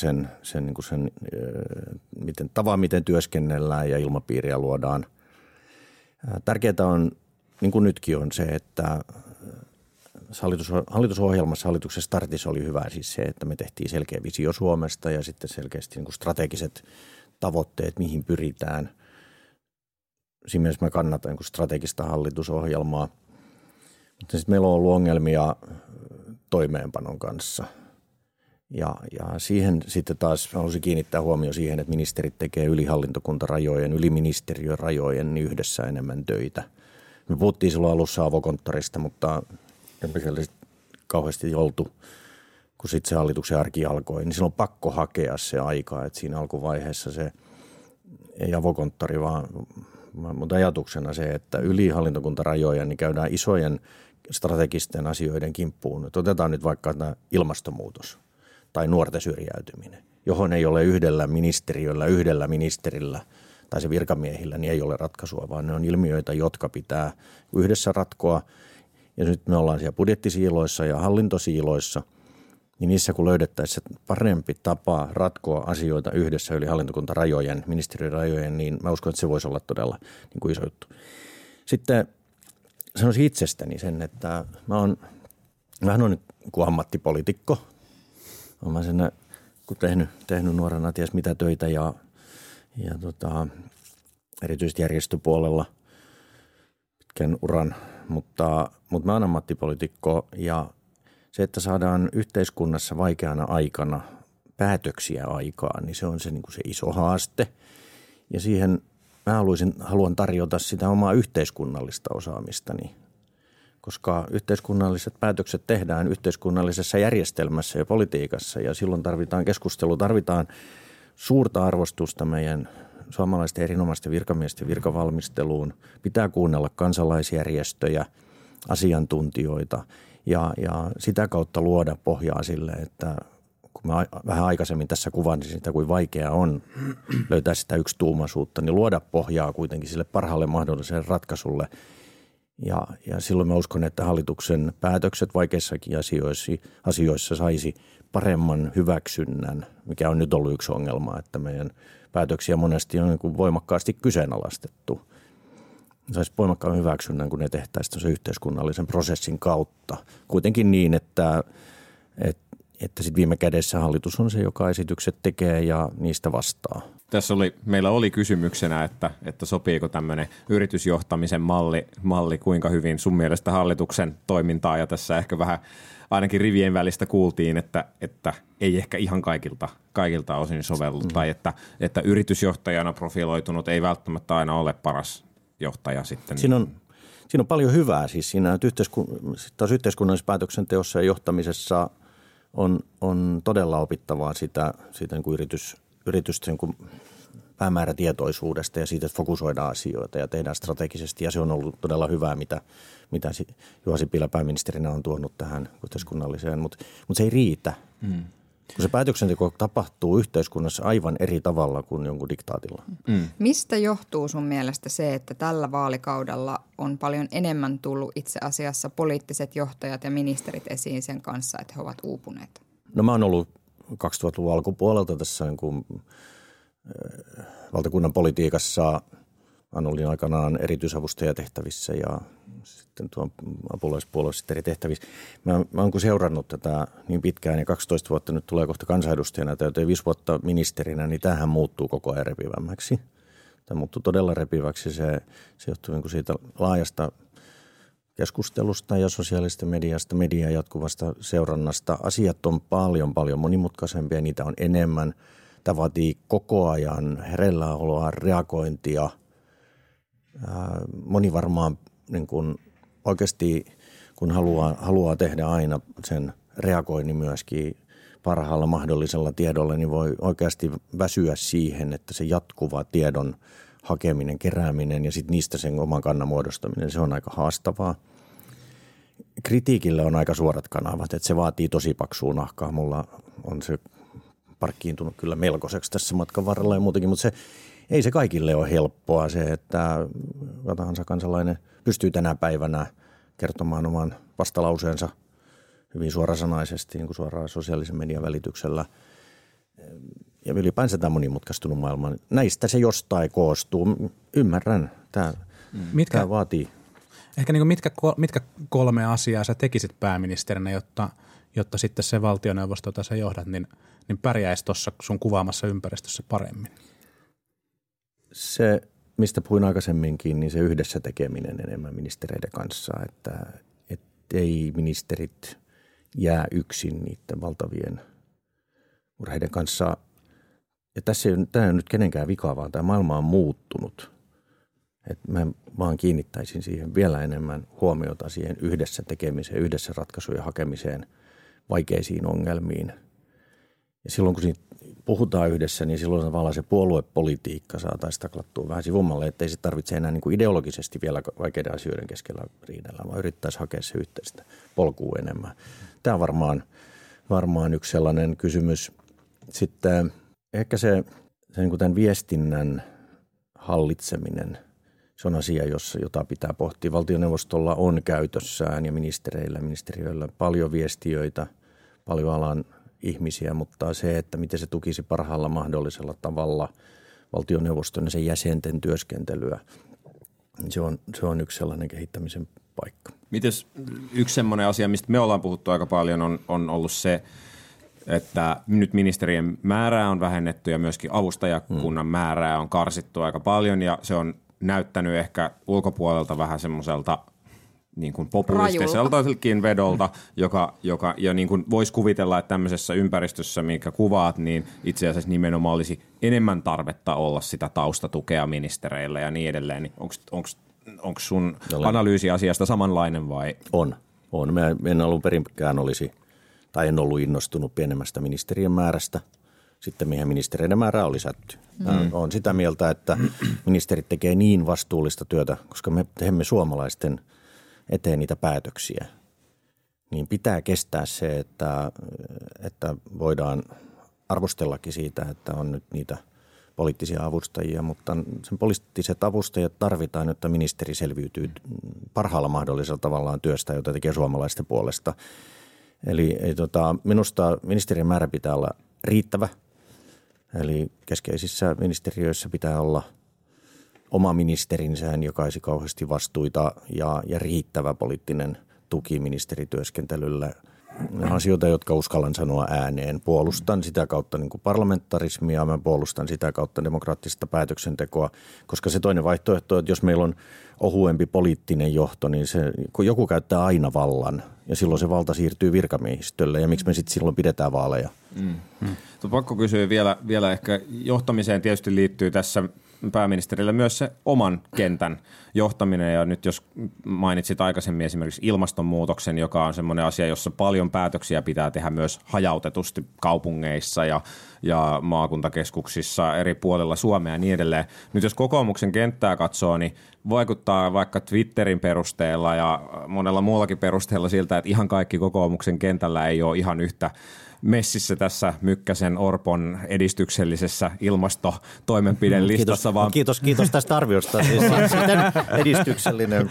Speaker 3: miten työskennellään ja ilmapiiriä luodaan. Tärkeää on, niin kuin nytkin on se, että hallitusohjelmassa, hallituksen startissa oli hyvä siis se, että me tehtiin selkeä visio Suomesta ja sitten selkeästi niin kuin strategiset tavoitteet, mihin pyritään. Siinä mielessä mä kannatan niin kuin strategista hallitusohjelmaa. Mutta sitten meillä on ollut ongelmia toimeenpanon kanssa. Ja siihen sitten taas haluaisin kiinnittää huomioon siihen, että ministerit tekee yli hallintokuntarajojen, yli ministeriön rajojen niin yhdessä enemmän töitä. Me puhuttiin silloin alussa avokonttorista, mutta emme siellä kauheasti oltu, kun sitten se hallituksen arki alkoi. Niin silloin on pakko hakea se aika, että siinä alkuvaiheessa se ei avokonttori, vaan mutta ajatuksena se, että yli hallintokuntarajojen niin käydään isojen strategisten asioiden kimppuun. Otetaan nyt vaikka tämä ilmastonmuutos tai nuorten syrjäytyminen, johon ei ole yhdellä ministeriöllä, yhdellä ministerillä tai se virkamiehillä, niin ei ole ratkaisua, vaan ne on ilmiöitä, jotka pitää yhdessä ratkoa. Ja nyt me ollaan siellä budjettisiiloissa ja hallintosiiloissa, niin niissä kun löydettäisiin parempi tapa ratkoa asioita yhdessä yli hallintokuntarajojen, ministeriörajojen, niin mä uskon, että se voisi olla todella niin kuin iso juttu. Sitten sanoisin itsestäni sen, että mä oon nyt kuin ammattipoliitikko. Olen sen kun tehnyt nuorena ties mitä töitä ja erityisesti järjestöpuolella pitkän uran, mutta mä oon ammattipoliitikko ja se, että saadaan yhteiskunnassa vaikeana aikana päätöksiä aikaan, niin se on se, niin kuin se iso haaste. Ja siihen mä haluan tarjota sitä omaa yhteiskunnallista osaamistani, koska yhteiskunnalliset päätökset tehdään yhteiskunnallisessa järjestelmässä ja politiikassa ja silloin tarvitaan keskustelua, tarvitaan suurta arvostusta meidän suomalaisten erinomaisten virkamiesten virkavalmisteluun. Pitää kuunnella kansalaisjärjestöjä, asiantuntijoita ja sitä kautta luoda pohjaa sille, että kun mä vähän aikaisemmin tässä kuvasin sitä, kuin vaikea on löytää sitä yksituumaisuutta, niin luoda pohjaa kuitenkin sille parhaalle mahdolliselle ratkaisulle. Ja silloin mä uskon, että hallituksen päätökset vaikeissakin asioissa saisi paremman hyväksynnän, mikä on nyt ollut yksi ongelma, että meidän päätöksiä monesti on niin voimakkaasti kyseenalaistettu. Saisi voimakkaan hyväksynnän, kun ne tehtäisiin sen yhteiskunnallisen prosessin kautta. Kuitenkin niin, että sitten viime kädessä hallitus on se, joka esitykset tekee ja niistä vastaa.
Speaker 7: Tässä meillä oli kysymyksenä, että sopiiko tämmöinen yritysjohtamisen malli kuinka hyvin sun mielestä hallituksen toimintaa, ja tässä ehkä vähän ainakin rivien välistä kuultiin, että ei ehkä ihan kaikilta osin sovellu, tai että yritysjohtajana profiloitunut ei välttämättä aina ole paras johtaja sitten.
Speaker 3: Siinä on paljon hyvää siis siinä, että yhteiskunnallisessa päätöksenteossa ja johtamisessa on todella opittavaa siitä niin kuin yritysten niin päämäärätietoisuudesta ja siitä, että fokusoidaan asioita ja tehdään strategisesti. Ja se on ollut todella hyvää, mitä Juha Sipilä pääministerinä on tuonut tähän yhteiskunnalliseen, mutta se ei riitä. Kun se päätöksenteko tapahtuu yhteiskunnassa aivan eri tavalla kuin jonkun diktaatilla.
Speaker 1: Mistä johtuu sun mielestä se, että tällä vaalikaudella on paljon enemmän tullut itse asiassa poliittiset johtajat ja ministerit esiin sen kanssa, että he ovat uupuneet?
Speaker 3: No mä oon ollut 2000-luvun alkupuolelta tässä niin kuin, valtakunnan politiikassa. Mä olin aikanaan erityisavustajatehtävissä ja sitten tuon apulaispuoluesihteeri tehtävissä. Mä oon seurannut tätä niin pitkään ja 12 vuotta nyt tulee kohta kansanedustajana tai 5 vuotta ministerinä, niin tämähän muuttuu koko ajan repivämmäksi. Tämä muuttuu todella repiväksi. Se johtuu niin kuin siitä laajasta keskustelusta ja sosiaalisesta mediasta, median jatkuvasta seurannasta. Asiat on paljon monimutkaisempia, niitä on enemmän. Tämä vaatii koko ajan herelläoloa, reagointia. Moni varmaan niin kuin oikeasti, kun haluaa tehdä aina sen reagoinnin myöskin parhaalla mahdollisella tiedolla, niin voi oikeasti väsyä siihen, että se jatkuva tiedon hakeminen, kerääminen ja sitten niistä sen oman kannan muodostaminen, se on aika haastavaa. Kritiikille on aika suorat kanavat, että se vaatii tosi paksua nahkaa. Mulla on se parkkiintunut kyllä melkoiseksi tässä matkan varrella ja muutenkin, mutta ei se kaikille ole helppoa se, että tahansa kansalainen pystyy tänä päivänä kertomaan oman vastalauseensa hyvin suorasanaisesti, niin kuin suoraan sosiaalisen median välityksellä. Ja ylipäänsä tämä monimutkaistunut maailma. Näistä se jostain koostuu. Ymmärrän. Tämä vaatii.
Speaker 6: Ehkä niin kuin mitkä 3 asiaa sä tekisit pääministerinä, jotta sitten se valtioneuvosto, jota sä johdat, niin pärjäisi tuossa sun kuvaamassa ympäristössä paremmin?
Speaker 3: Se, mistä puhuin aikaisemminkin, niin se yhdessä tekeminen enemmän ministereiden kanssa, että ei ministerit jää yksin niiden valtavien murheiden kanssa. Ja tämä ei ole nyt kenenkään vika, vaan tämä maailma on muuttunut. Että mä vaan kiinnittäisin siihen vielä enemmän huomiota siihen yhdessä tekemiseen, yhdessä ratkaisujen hakemiseen vaikeisiin ongelmiin. Ja silloin kun siitä puhutaan yhdessä, niin silloin tavallaan se puoluepolitiikka saataisiin taklattua vähän sivummalle, ettei se tarvitse enää niin kuin ideologisesti vielä vaikeiden asioiden keskellä riidellä, vaan yrittäisi hakea se yhteistä polkua enemmän. Tämä on varmaan yksi sellainen kysymys. Sitten ehkä se niin kuin tämän viestinnän hallitseminen, se on asia, jota pitää pohtia. Valtioneuvostolla on käytössään ja ministeriöillä paljon viestiöitä, paljon alan ihmisiä, mutta se, että miten se tukisi parhaalla mahdollisella tavalla valtioneuvoston ja sen jäsenten työskentelyä, se on yksi sellainen kehittämisen paikka.
Speaker 7: Mites yksi semmoinen asia, mistä me ollaan puhuttu aika paljon, on ollut se, että nyt ministerien määrää on vähennetty ja myöskin avustajakunnan määrää on karsittu aika paljon ja se on näyttänyt ehkä ulkopuolelta vähän semmoiselta niin kuin populistiseltakin vedolta, joka ja niin kuin voisi kuvitella, että tämmöisessä ympäristössä, minkä kuvaat, niin itse asiassa nimenomaan olisi enemmän tarvetta olla sitä taustatukea ministereillä ja niin edelleen. Niin onko sun analyysi asiasta samanlainen vai?
Speaker 3: On. Mä en alun perinkään en ollut innostunut pienemmästä ministerien määrästä. Sitten meidän ministereiden määrää on lisätty. Olen sitä mieltä, että ministerit tekee niin vastuullista työtä, koska me teemme suomalaisten eteen niitä päätöksiä. Niin pitää kestää se, että voidaan arvostellakin siitä, että on nyt niitä poliittisia avustajia, mutta sen poliittiset avustajat tarvitaan, jotta ministeri selviytyy parhaalla mahdollisella tavallaan työstä, jota tekee suomalaisten puolesta. Eli minusta ministerien määrä pitää olla riittävä. Eli keskeisissä ministeriöissä pitää olla oma ministerinsä, joka olisi kauheasti vastuita ja riittävä poliittinen tuki ministerityöskentelylle. Ne asioita, jotka uskallan sanoa ääneen. Puolustan sitä kautta niin kuin parlamentarismia, mä puolustan sitä kautta demokraattista päätöksentekoa, koska se toinen vaihtoehto, että jos meillä on ohuempi poliittinen johto, niin kun joku käyttää aina vallan ja silloin se valta siirtyy virkamiehistölle ja miksi me sitten silloin pidetään vaaleja?
Speaker 7: Pakko kysyä vielä ehkä johtamiseen tietysti liittyy tässä pääministerille myös se oman kentän johtaminen ja nyt jos mainitsit aikaisemmin esimerkiksi ilmastonmuutoksen, joka on semmoinen asia, jossa paljon päätöksiä pitää tehdä myös hajautetusti kaupungeissa ja maakuntakeskuksissa eri puolilla Suomea ja niin edelleen. Nyt jos kokoomuksen kenttää katsoo, niin vaikuttaa vaikka Twitterin perusteella ja monella muullakin perusteella siltä, että ihan kaikki kokoomuksen kentällä ei ole ihan yhtä messissä tässä Mykkäsen Orpon edistyksellisessä ilmastotoimenpidelistassa.
Speaker 3: Kiitos tästä arviosta. Siis edistyksellinen.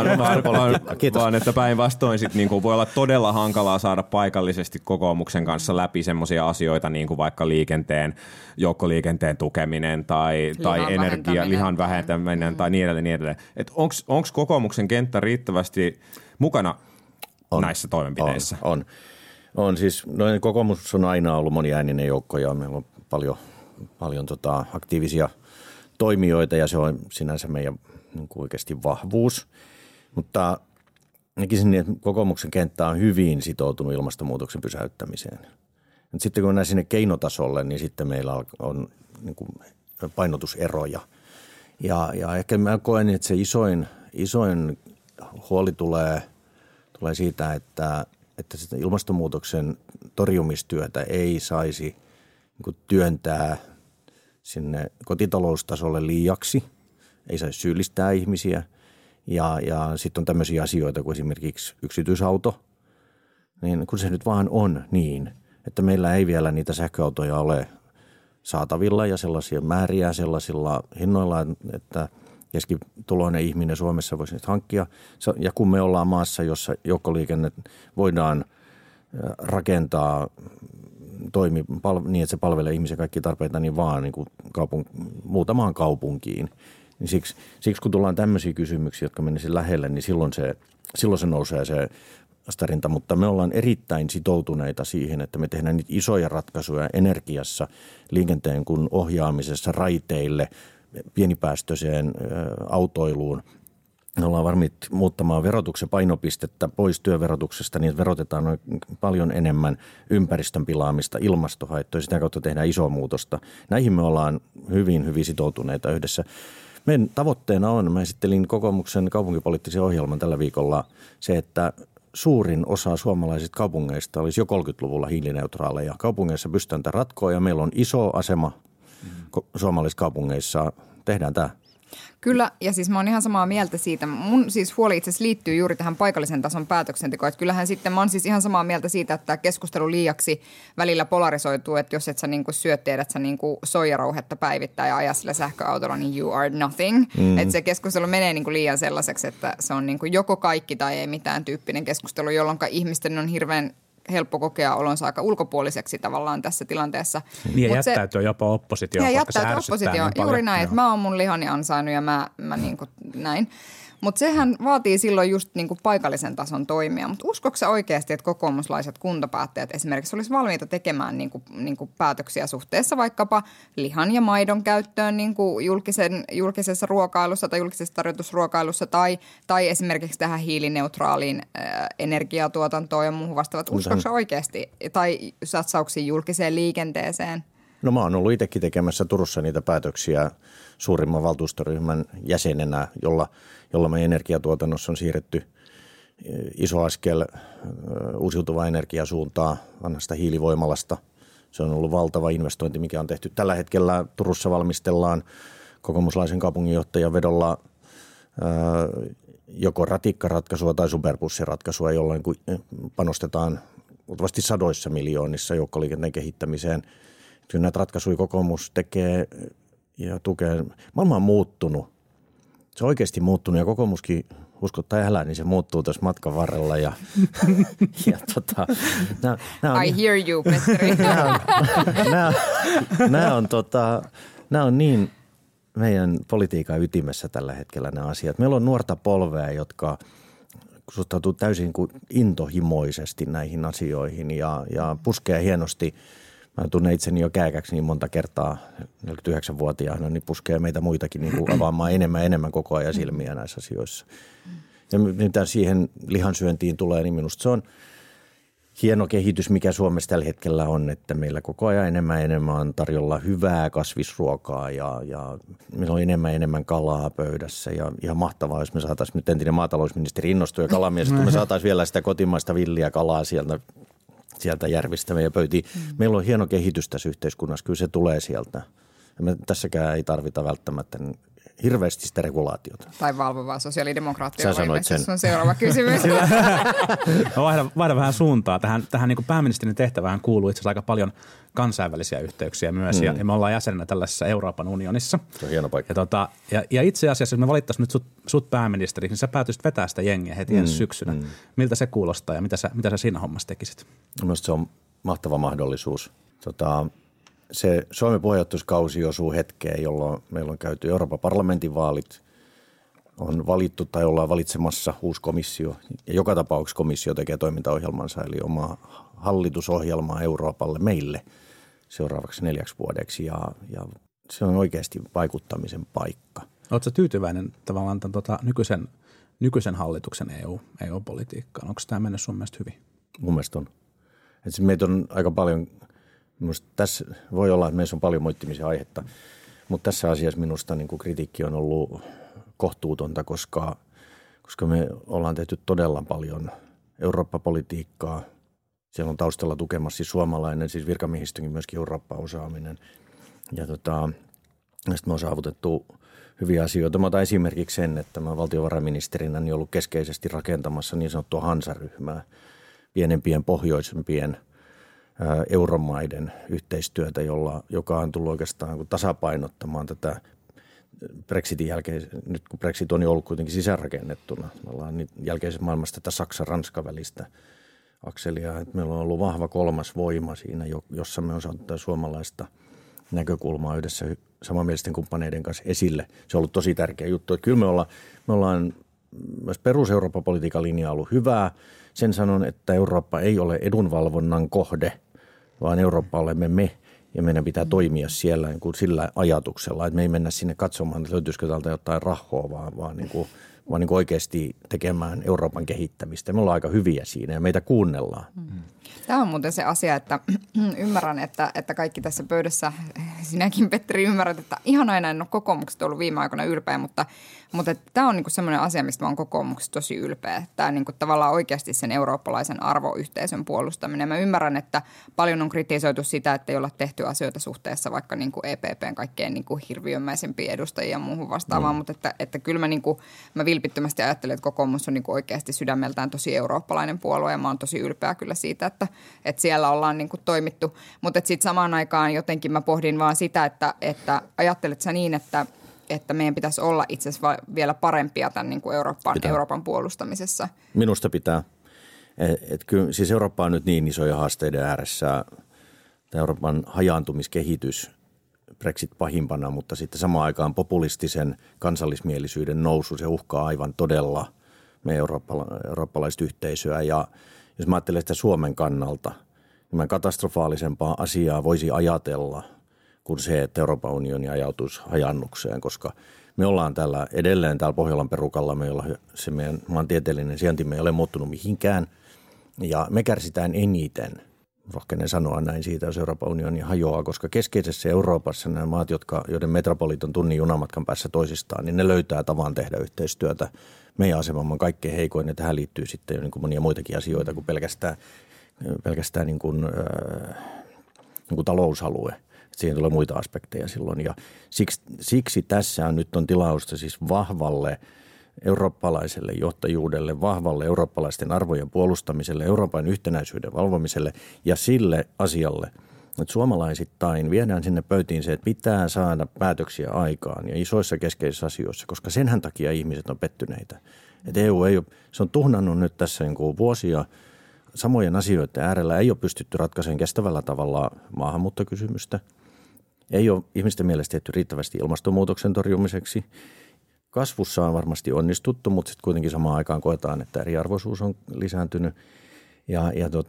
Speaker 7: Vaan että päinvastoin sit niinku voi olla todella hankalaa saada paikallisesti kokoomuksen kanssa läpi semmoisia asioita, niin kuin vaikka joukkoliikenteen tukeminen tai lihan vähentäminen tai niin edelleen. Onko kokoomuksen kenttä riittävästi mukana näissä toimenpiteissä?
Speaker 3: On siis, kokoomus on aina ollut moniääninen joukko ja meillä on paljon aktiivisia toimijoita ja se on sinänsä meidän niin kuin oikeasti vahvuus. Mutta näkisin, että kokoomuksen kenttä on hyvin sitoutunut ilmastonmuutoksen pysäyttämiseen. Mutta sitten kun mennään sinne keinotasolle, niin sitten meillä on niin kuin painotuseroja. Ja ehkä mä koen, että se isoin huoli tulee siitä, että sitä ilmastonmuutoksen torjumistyötä ei saisi niin kuin työntää sinne kotitaloustasolle liiaksi, ei saisi syyllistää ihmisiä. Ja sitten on tämmöisiä asioita kuin esimerkiksi yksityisauto, niin kun se nyt vaan on niin, että meillä ei vielä niitä sähköautoja ole saatavilla ja sellaisia määriä sellaisilla hinnoilla, että keskituloinen ihminen Suomessa voisi niitä hankkia. Ja kun me ollaan maassa, jossa joukkoliikenne voidaan rakentaa niin, että se palvelee ihmisen kaikkia tarpeita, niin vaan niin kuin muutamaan kaupunkiin. Niin siksi kun tullaan tämmöisiä kysymyksiä, jotka menisivät lähelle, niin silloin se nousee se vastarinta. Mutta me ollaan erittäin sitoutuneita siihen, että me tehdään niitä isoja ratkaisuja energiassa, liikenteen kun ohjaamisessa, raiteille, pienipäästöiseen autoiluun. Me ollaan varmiit muuttamaan verotuksen painopistettä pois työverotuksesta, niin verotetaan paljon enemmän ympäristön pilaamista, ilmastohaittoja, sitä kautta tehdään isoa muutosta. Näihin me ollaan hyvin, hyvin sitoutuneita yhdessä. Meidän tavoitteena on, mä esittelin kokoomuksen kaupunkipoliittisen ohjelman tällä viikolla, se, että suurin osa suomalaisista kaupungeista olisi jo 30-luvulla hiilineutraaleja. Kaupungeissa pystytään tätä ratkoa ja meillä on iso asema suomalaisissa kaupungeissa. Tehdään tämä.
Speaker 1: Kyllä, ja siis mä oon ihan samaa mieltä siitä. Mun siis huoli itse asiassa liittyy juuri tähän paikallisen tason päätöksentekoon. Että kyllähän sitten mä oon siis ihan samaa mieltä siitä, että tämä keskustelu liiaksi välillä polarisoituu, että jos et sä niinku syöt, tiedät sä niinku soijarouhetta päivittää ja ajaa sillä sähköautolla, niin you are nothing. Että se keskustelu menee niinku liian sellaiseksi, että se on niinku joko kaikki tai ei mitään tyyppinen keskustelu, jolloin ihmisten on hirveän helppo kokea olonsa aika ulkopuoliseksi tavallaan tässä tilanteessa.
Speaker 6: Niin ja jättäytyy jopa oppositioon, koska se ärsyttää niin paljon.
Speaker 1: Juuri näin, että mä oon mun lihani ansainnut ja mä niin kuin näin. Mutta sehän vaatii silloin just niin kuin paikallisen tason toimia. Mutta uskoiko sä oikeasti, että kokoomuslaiset kuntapäättäjät esimerkiksi olisi valmiita tekemään niin kuin päätöksiä suhteessa vaikkapa lihan ja maidon käyttöön niin kuin julkisessa ruokailussa tai julkisessa tarjotusruokailussa tai esimerkiksi tähän hiilineutraaliin energiatuotantoon ja muuhun vastaavat. Uskoiko sä oikeasti tai satsauksiin julkiseen liikenteeseen?
Speaker 3: No mä oon ollut itsekin tekemässä Turussa niitä päätöksiä suurimman valtuustoryhmän jäsenenä, jolla meidän energiatuotannossa on siirretty iso askel uusiutuvaa energiasuuntaa vanhasta hiilivoimalasta. Se on ollut valtava investointi, mikä on tehty. Tällä hetkellä Turussa valmistellaan kokoomuslaisen kaupunginjohtajan vedolla joko ratikkaratkaisua tai superbussiratkaisua, jolloin panostetaan ulottuvaisesti sadoissa miljoonissa joukkoliikenteen kehittämiseen. Kyllä näitä ratkaisuja kokoomus tekee ja tukee. Maailma on muuttunut. Se on oikeasti muuttunut ja kokoomuskin, uskot tai älä, niin se muuttuu tässä matkan varrella. I
Speaker 1: hear you, Petteri.
Speaker 3: Nämä on niin meidän politiikan ytimessä tällä hetkellä nämä asiat. Meillä on nuorta polvea, jotka suhtautuu täysin kuin intohimoisesti näihin asioihin ja puskee hienosti. Mä tunnen itseni jo kääkäksi niin monta kertaa 49-vuotiaana, niin puskee meitä muitakin niin kuin avaamaan enemmän koko ajan silmiä näissä asioissa. Ja mitä siihen lihansyöntiin tulee, niin minusta se on hieno kehitys, mikä Suomessa tällä hetkellä on, että meillä koko ajan enemmän on tarjolla hyvää kasvisruokaa ja meillä on enemmän kalaa pöydässä. Ja ihan mahtavaa, jos me saataisiin nyt entinen maatalousministeri innostua ja kalamies, että me saataisiin vielä sitä kotimaista villiä kalaa sieltä järvistä meidän pöytiin. Meillä on hieno kehitys tässä yhteiskunnassa, kyllä se tulee sieltä. Ja me tässäkään ei tarvita välttämättä hirveästi sitä regulaatiota.
Speaker 1: Tai valvovaa sosiaalidemokraattia.
Speaker 3: Sä sanoit sen.
Speaker 1: Se on seuraava kysymys.
Speaker 6: Vaihda vähän suuntaa. Tähän niin kuin pääministerin tehtävään kuuluu itse asiassa aika paljon kansainvälisiä yhteyksiä myös. Ja me ollaan jäsenenä tällaisessa Euroopan unionissa.
Speaker 3: Se on hieno paikka.
Speaker 6: Ja itse asiassa, jos me valittaisiin nyt sut pääministeriksi, niin sä päätyisit vetää sitä jengiä heti ensi syksynä. Miltä se kuulostaa ja mitä sä siinä hommassa tekisit?
Speaker 3: Mielestäni se on mahtava mahdollisuus. Se Suomen puheenjohtajuuskausi osuu hetkeen, jolloin meillä on käyty Euroopan parlamentin vaalit. On valittu tai ollaan valitsemassa uusi komissio. Ja joka tapauksessa komissio tekee toimintaohjelmansa, eli oma hallitusohjelmaa Euroopalle meille seuraavaksi 4 vuodeksi. Ja se on oikeasti vaikuttamisen paikka.
Speaker 6: Oletko tyytyväinen tavallaan nykyisen hallituksen EU-politiikkaan? Onko tämä mennyt sun mielestä hyvin?
Speaker 3: Mun mielestä on. Että meitä on aika paljon. Minusta tässä voi olla, että meissä on paljon moittimisen aihetta, mutta tässä asiassa minusta niin kuin kritiikki on ollut kohtuutonta, koska me ollaan tehty todella paljon Eurooppa-politiikkaa. Siellä on taustalla tukemassa siis suomalainen, siis virkamiehistönkin myöskin Eurooppa-osaaminen. Ja sitten me on saavutettu hyviä asioita. Mä otan esimerkiksi sen, että mä valtiovarainministerinä niin ollut keskeisesti rakentamassa niin sanottua Hansa-ryhmää, pienempien pohjoisempien euromaiden yhteistyötä, joka on tullut oikeastaan tasapainottamaan tätä Brexitin jälkeen, nyt kun Brexit on jo ollut kuitenkin sisäänrakennettuna, me ollaan jälkeisessä maailmassa tätä Saksa-Ranska välistä akselia, että meillä on ollut vahva kolmas voima siinä, jossa me osataan suomalaista näkökulmaa yhdessä samanmielisten kumppaneiden kanssa esille. Se on ollut tosi tärkeä juttu. Että kyllä me ollaan myös perus-Euroopan politiikan linja ollut hyvää. Sen sanon, että Eurooppa ei ole edunvalvonnan kohde, vaan Eurooppa olemme me. Ja meidän pitää toimia siellä niin kuin sillä ajatuksella, että me ei mennä sinne katsomaan, että löytyisikö täältä jotain rahoa, vaan niin kuin oikeasti tekemään Euroopan kehittämistä. Me ollaan aika hyviä siinä ja meitä kuunnellaan.
Speaker 1: Tämä on muuten se asia, että ymmärrän, että kaikki tässä pöydässä, sinäkin Petteri ymmärrät, että ihan aina en ole kokoomuksesta ollut viime aikoina ylpeä, mutta tämä on niinku semmoinen asia, mistä mä oon kokoomuksesta tosi ylpeä. Tämä on niinku tavallaan oikeasti sen eurooppalaisen arvoyhteisön puolustaminen. Mä ymmärrän, että paljon on kritisoitu sitä, että ei olla tehty asioita suhteessa vaikka niinku EPPn kaikkein niinku hirviömäisempiä edustajia ja muuhun vastaavaan, mutta että kyllä mä vilpittömästi ajattelen, että kokoomus on niinku oikeasti sydämeltään tosi eurooppalainen puolue ja mä oon tosi ylpeä kyllä siitä, että siellä ollaan niinku toimittu. Mutta sitten samaan aikaan jotenkin mä pohdin vaan sitä, että ajattelet sä niin, että meidän pitäisi olla itse asiassa vielä parempia tämän niin kuin Euroopan puolustamisessa.
Speaker 3: Minusta pitää. Kyllä, siis Eurooppa on nyt niin isoja haasteiden ääressä. Tämä Euroopan hajaantumiskehitys, Brexit pahimpana, mutta sitten samaan aikaan populistisen kansallismielisyyden nousu, se uhkaa aivan todella meidän eurooppalaista yhteisöä. Ja jos mä ajattelen sitä Suomen kannalta, niin mä katastrofaalisempaa asiaa voisi ajatella kuin se, että Euroopan unioni ajautuisi hajannukseen, koska me ollaan edelleen täällä Pohjolan perukalla, se meidän maantieteellinen sijaintimme ei ole muuttunut mihinkään ja me kärsitään eniten, rohkenen sanoa näin siitä, jos Euroopan unioni hajoaa, koska keskeisessä Euroopassa nämä maat, joiden metropolit on tunnin junamatkan päässä toisistaan, niin ne löytää tavan tehdä yhteistyötä. Meidän asemamme on kaikkein heikoin ja tähän liittyy sitten jo niin kuin monia muitakin asioita kuin pelkästään niin kuin talousalue. Siihen tulee muita aspekteja silloin ja siksi tässä nyt on tilausta siis vahvalle eurooppalaiselle johtajuudelle, vahvalle eurooppalaisten arvojen puolustamiselle, Euroopan yhtenäisyyden valvomiselle ja sille asialle, että suomalaisittain viedään sinne pöytiin se, että pitää saada päätöksiä aikaan ja isoissa keskeisissä asioissa, koska senhän takia ihmiset on pettyneitä. Että EU ei ole, se on tuhnannut nyt tässä niin kuin vuosia samojen asioiden äärellä, ei ole pystytty ratkaisemaan kestävällä tavalla maahanmuuttokysymystä. Ei ole ihmisten mielestä tehty riittävästi ilmastonmuutoksen torjumiseksi. Kasvussa on varmasti onnistuttu, mutta sitten kuitenkin samaan aikaan koetaan, että eriarvoisuus on lisääntynyt ja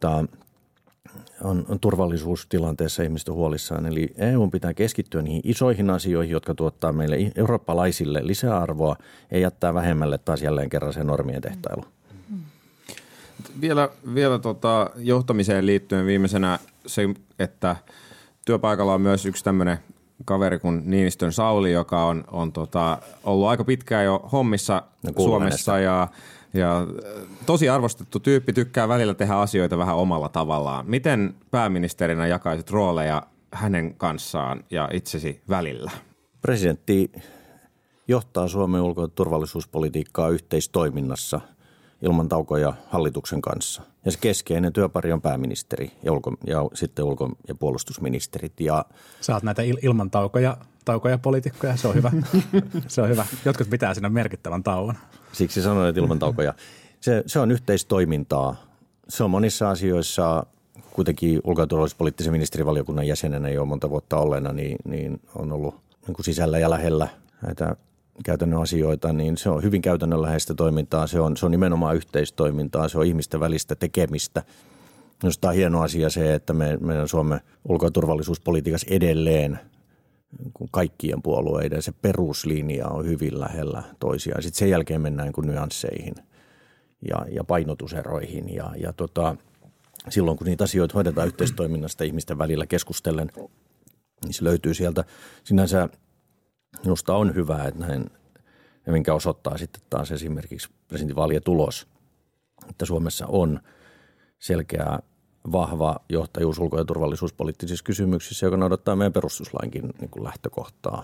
Speaker 3: on turvallisuustilanteessa ihmiset on huolissaan. Eli EU pitää keskittyä niihin isoihin asioihin, jotka tuottaa meille eurooppalaisille lisäarvoa ja jättää vähemmälle taas jälleen kerran se normien tehtailu.
Speaker 7: Vielä johtamiseen liittyen viimeisenä se, että työpaikalla on myös yksi tämmöinen kaveri kuin Niinistön Sauli, joka on ollut aika pitkään jo hommissa Suomessa ja tosi arvostettu tyyppi, tykkää välillä tehdä asioita vähän omalla tavallaan. Miten pääministerinä jakaisit rooleja hänen kanssaan ja itsesi välillä?
Speaker 3: Presidentti johtaa Suomen ulko- ja turvallisuuspolitiikkaa yhteistoiminnassa ilman taukoja hallituksen kanssa. Ja se keskeinen työpari on pääministeri ja sitten ulko- ja puolustusministerit.
Speaker 6: Saat näitä ilman taukoja poliitikkoja, se on hyvä. Se on hyvä. Jotkut pitää siinä merkittävän tauon.
Speaker 3: Siksi sanoin, että ilman taukoja. Se on yhteistoimintaa. Se on monissa asioissa, kuitenkin ulko- ja turvallisuuspoliittisen ministerivaliokunnan jäsenenä jo monta vuotta olleena, niin on ollut niin kuin sisällä ja lähellä näitä käytännön asioita, niin se on hyvin käytännönläheistä toimintaa. Se on nimenomaan yhteistoimintaa, se on ihmisten välistä tekemistä. Minusta on hieno asia se, että meidän Suomen ulko- ja turvallisuuspolitiikassa edelleen kaikkien puolueiden se peruslinja on hyvin lähellä toisiaan. Sitten sen jälkeen mennään nyansseihin ja painotuseroihin silloin kun niitä asioita hoidetaan yhteistoiminnasta ihmisten välillä keskustellen, niin se löytyy sieltä. Sinänsä minusta on hyvä, että näin, ja minkä osoittaa sitten taas esimerkiksi presidentinvaalien tulos, että Suomessa on selkeä, vahva johtajuus ulko- ja turvallisuuspoliittisissa kysymyksissä, joka noudattaa meidän perustuslainkin niin kuin lähtökohtaa.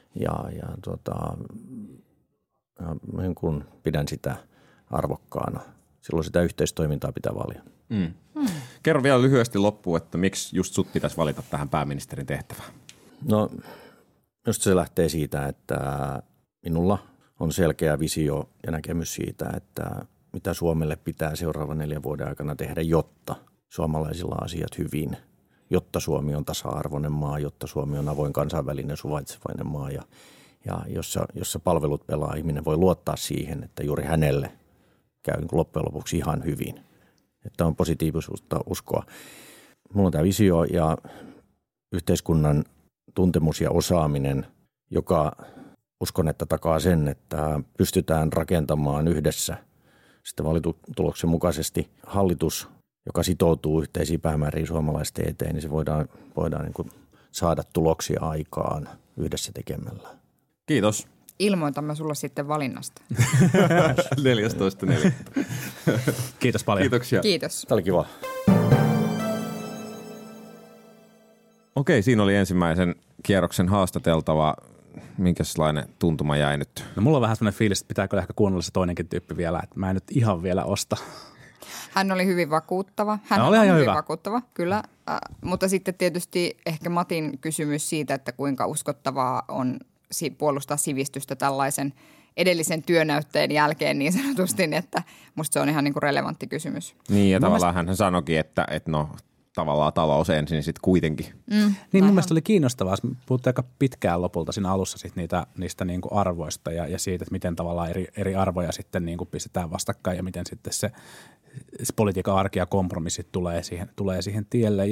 Speaker 3: Niin kuin pidän sitä arvokkaana. Silloin sitä yhteistoimintaa pitää vaalia.
Speaker 7: Kerro vielä lyhyesti loppuun, että miksi just sut pitäisi valita tähän pääministerin tehtävään?
Speaker 3: No, just se lähtee siitä, että minulla on selkeä visio ja näkemys siitä, että mitä Suomelle pitää seuraavan 4 vuoden aikana tehdä, jotta suomalaisilla on asiat hyvin, jotta Suomi on tasa-arvoinen maa, jotta Suomi on avoin kansainvälinen suvaitsevainen maa ja jossa palvelut pelaa, ihminen voi luottaa siihen, että juuri hänelle käy loppujen lopuksi ihan hyvin. Että on positiivisuutta uskoa. Mulla on tämä visio ja yhteiskunnan tuntemus ja osaaminen, joka uskon, että takaa sen, että pystytään rakentamaan yhdessä sitten valitutuloksen mukaisesti hallitus, joka sitoutuu yhteisiin päämääriin suomalaisten eteen, niin se voidaan niin kuin saada tuloksia aikaan yhdessä tekemällä.
Speaker 7: Kiitos.
Speaker 1: Ilmoitamme sulle sitten valinnasta.
Speaker 7: 14.4.
Speaker 6: Kiitos paljon.
Speaker 7: Kiitoksia.
Speaker 1: Kiitos.
Speaker 3: Tämä oli kiva.
Speaker 7: Okei, siinä oli ensimmäisen kierroksen haastateltava. Minkälainen tuntuma jäi nyt?
Speaker 6: No mulla on vähän sellainen fiilis, että pitääkö ehkä kuunnella se toinenkin tyyppi vielä, että mä en nyt ihan vielä osta.
Speaker 1: Hän oli hyvin vakuuttava. Hän
Speaker 6: oli
Speaker 1: on hyvin
Speaker 6: hyvä.
Speaker 1: vakuuttava, kyllä. Mutta sitten tietysti ehkä Matin kysymys siitä, että kuinka uskottavaa on puolustaa sivistystä tällaisen edellisen työnäytteen jälkeen niin sanotusti, että musta se on ihan niin kuin relevantti kysymys.
Speaker 7: Niin ja tavallaan hän sanoikin, että no tavallaan talous ensin sitten kuitenkin.
Speaker 6: Niin mun mielestä oli kiinnostavaa. Puhuttiin aika pitkään lopulta siinä alussa sit niistä niin kuin arvoista ja siitä, että miten tavallaan eri arvoja sitten niin kuin pistetään vastakkain ja miten sitten se politiikan arki ja kompromissit tulee siihen tielle.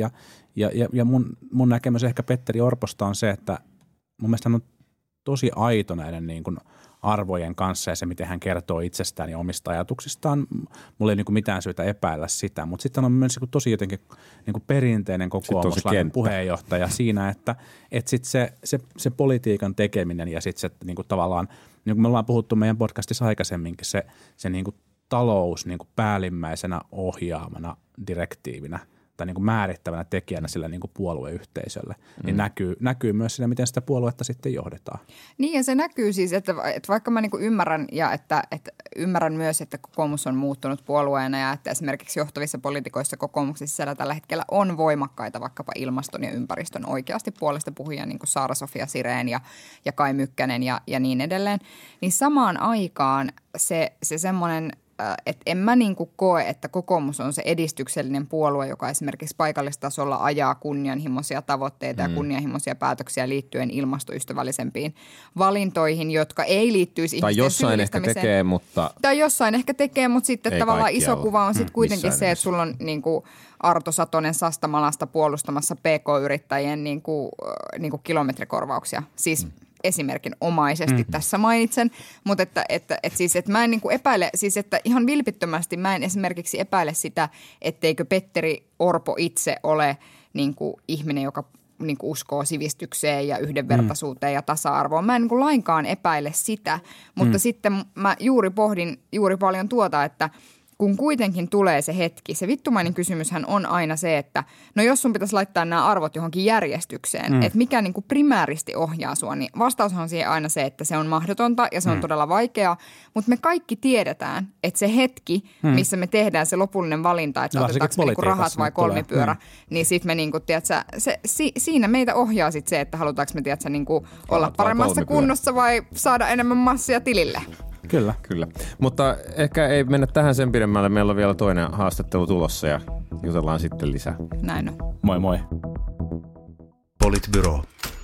Speaker 6: Ja mun näkemys ehkä Petteri Orposta on se, että mun mielestä hän on tosi aito näiden niin kuin arvojen kanssa ja se, miten hän kertoo itsestään ja omista ajatuksistaan. Mulla ei niin kuin mitään syytä epäillä sitä, mutta sitten on myös tosi jotenkin niin kuin perinteinen kokoomuslainen puheenjohtaja siinä, että sitten se politiikan tekeminen ja sitten se niin kuin tavallaan, niin kuin me ollaan puhuttu meidän podcastissa aikaisemminkin, se niin kuin talous niin kuin päällimmäisenä ohjaamana direktiivinä tai niin kuin määrittävänä tekijänä sillä niin kuin puolueyhteisölle, niin näkyy myös siinä, miten sitä puoluetta sitten johdetaan.
Speaker 1: Niin ja se näkyy siis, että vaikka mä niin kuin ymmärrän ja että ymmärrän myös, että kokoomus on muuttunut puolueena ja että esimerkiksi johtavissa poliitikoissa kokoomuksen sisällä tällä hetkellä on voimakkaita vaikkapa ilmaston ja ympäristön oikeasti puolesta puhujia, niin kuin Saara-Sofia Sirén ja Kai Mykkänen ja niin edelleen, niin samaan aikaan se semmoinen että en mä niin kuin koe, että kokoomus on se edistyksellinen puolue, joka esimerkiksi paikallistasolla ajaa kunnianhimoisia tavoitteita ja kunnianhimoisia päätöksiä liittyen ilmastoystävällisempiin valintoihin, jotka ei liittyisi ihmisten syyllistämiseen. Tai jossain ehkä tekee, mutta sitten tavallaan iso kuva on sitten kuitenkin se, että sulla on niin kuin Arto Satonen Sastamalasta puolustamassa PK-yrittäjien niin kuin kilometrikorvauksia. Siis esimerkin omaisesti tässä mainitsen, mutta että mä en niin kuin epäile, siis että ihan vilpittömästi mä en esimerkiksi epäile sitä, etteikö Petteri Orpo itse ole niin kuin ihminen, joka niin kuin uskoo sivistykseen ja yhdenvertaisuuteen ja tasa-arvoon. Mä en niin kuin lainkaan epäile sitä, mutta sitten mä pohdin paljon tuota, että kun kuitenkin tulee se hetki, se vittumainen kysymyshän on aina se, että no jos sun pitäisi laittaa nämä arvot johonkin järjestykseen, että mikä niin kuin primääristi ohjaa sua, niin vastaushan on siihen aina se, että se on mahdotonta ja se on todella vaikeaa, mutta me kaikki tiedetään, että se hetki, missä me tehdään se lopullinen valinta, että otetaanko me niinku rahat vai kolmipyörä, niin sitten me niinku, tiedätkö, siinä meitä ohjaa sitten se, että halutaanko me tiedätkö, niinku olla paremmassa kunnossa vai saada enemmän massia tilille.
Speaker 7: Kyllä. Mutta ehkä ei mennä tähän sen pidemmälle. Meillä on vielä toinen haastattelu tulossa ja jutellaan sitten lisää.
Speaker 1: Näin on.
Speaker 6: Moi moi.
Speaker 8: Politbyro.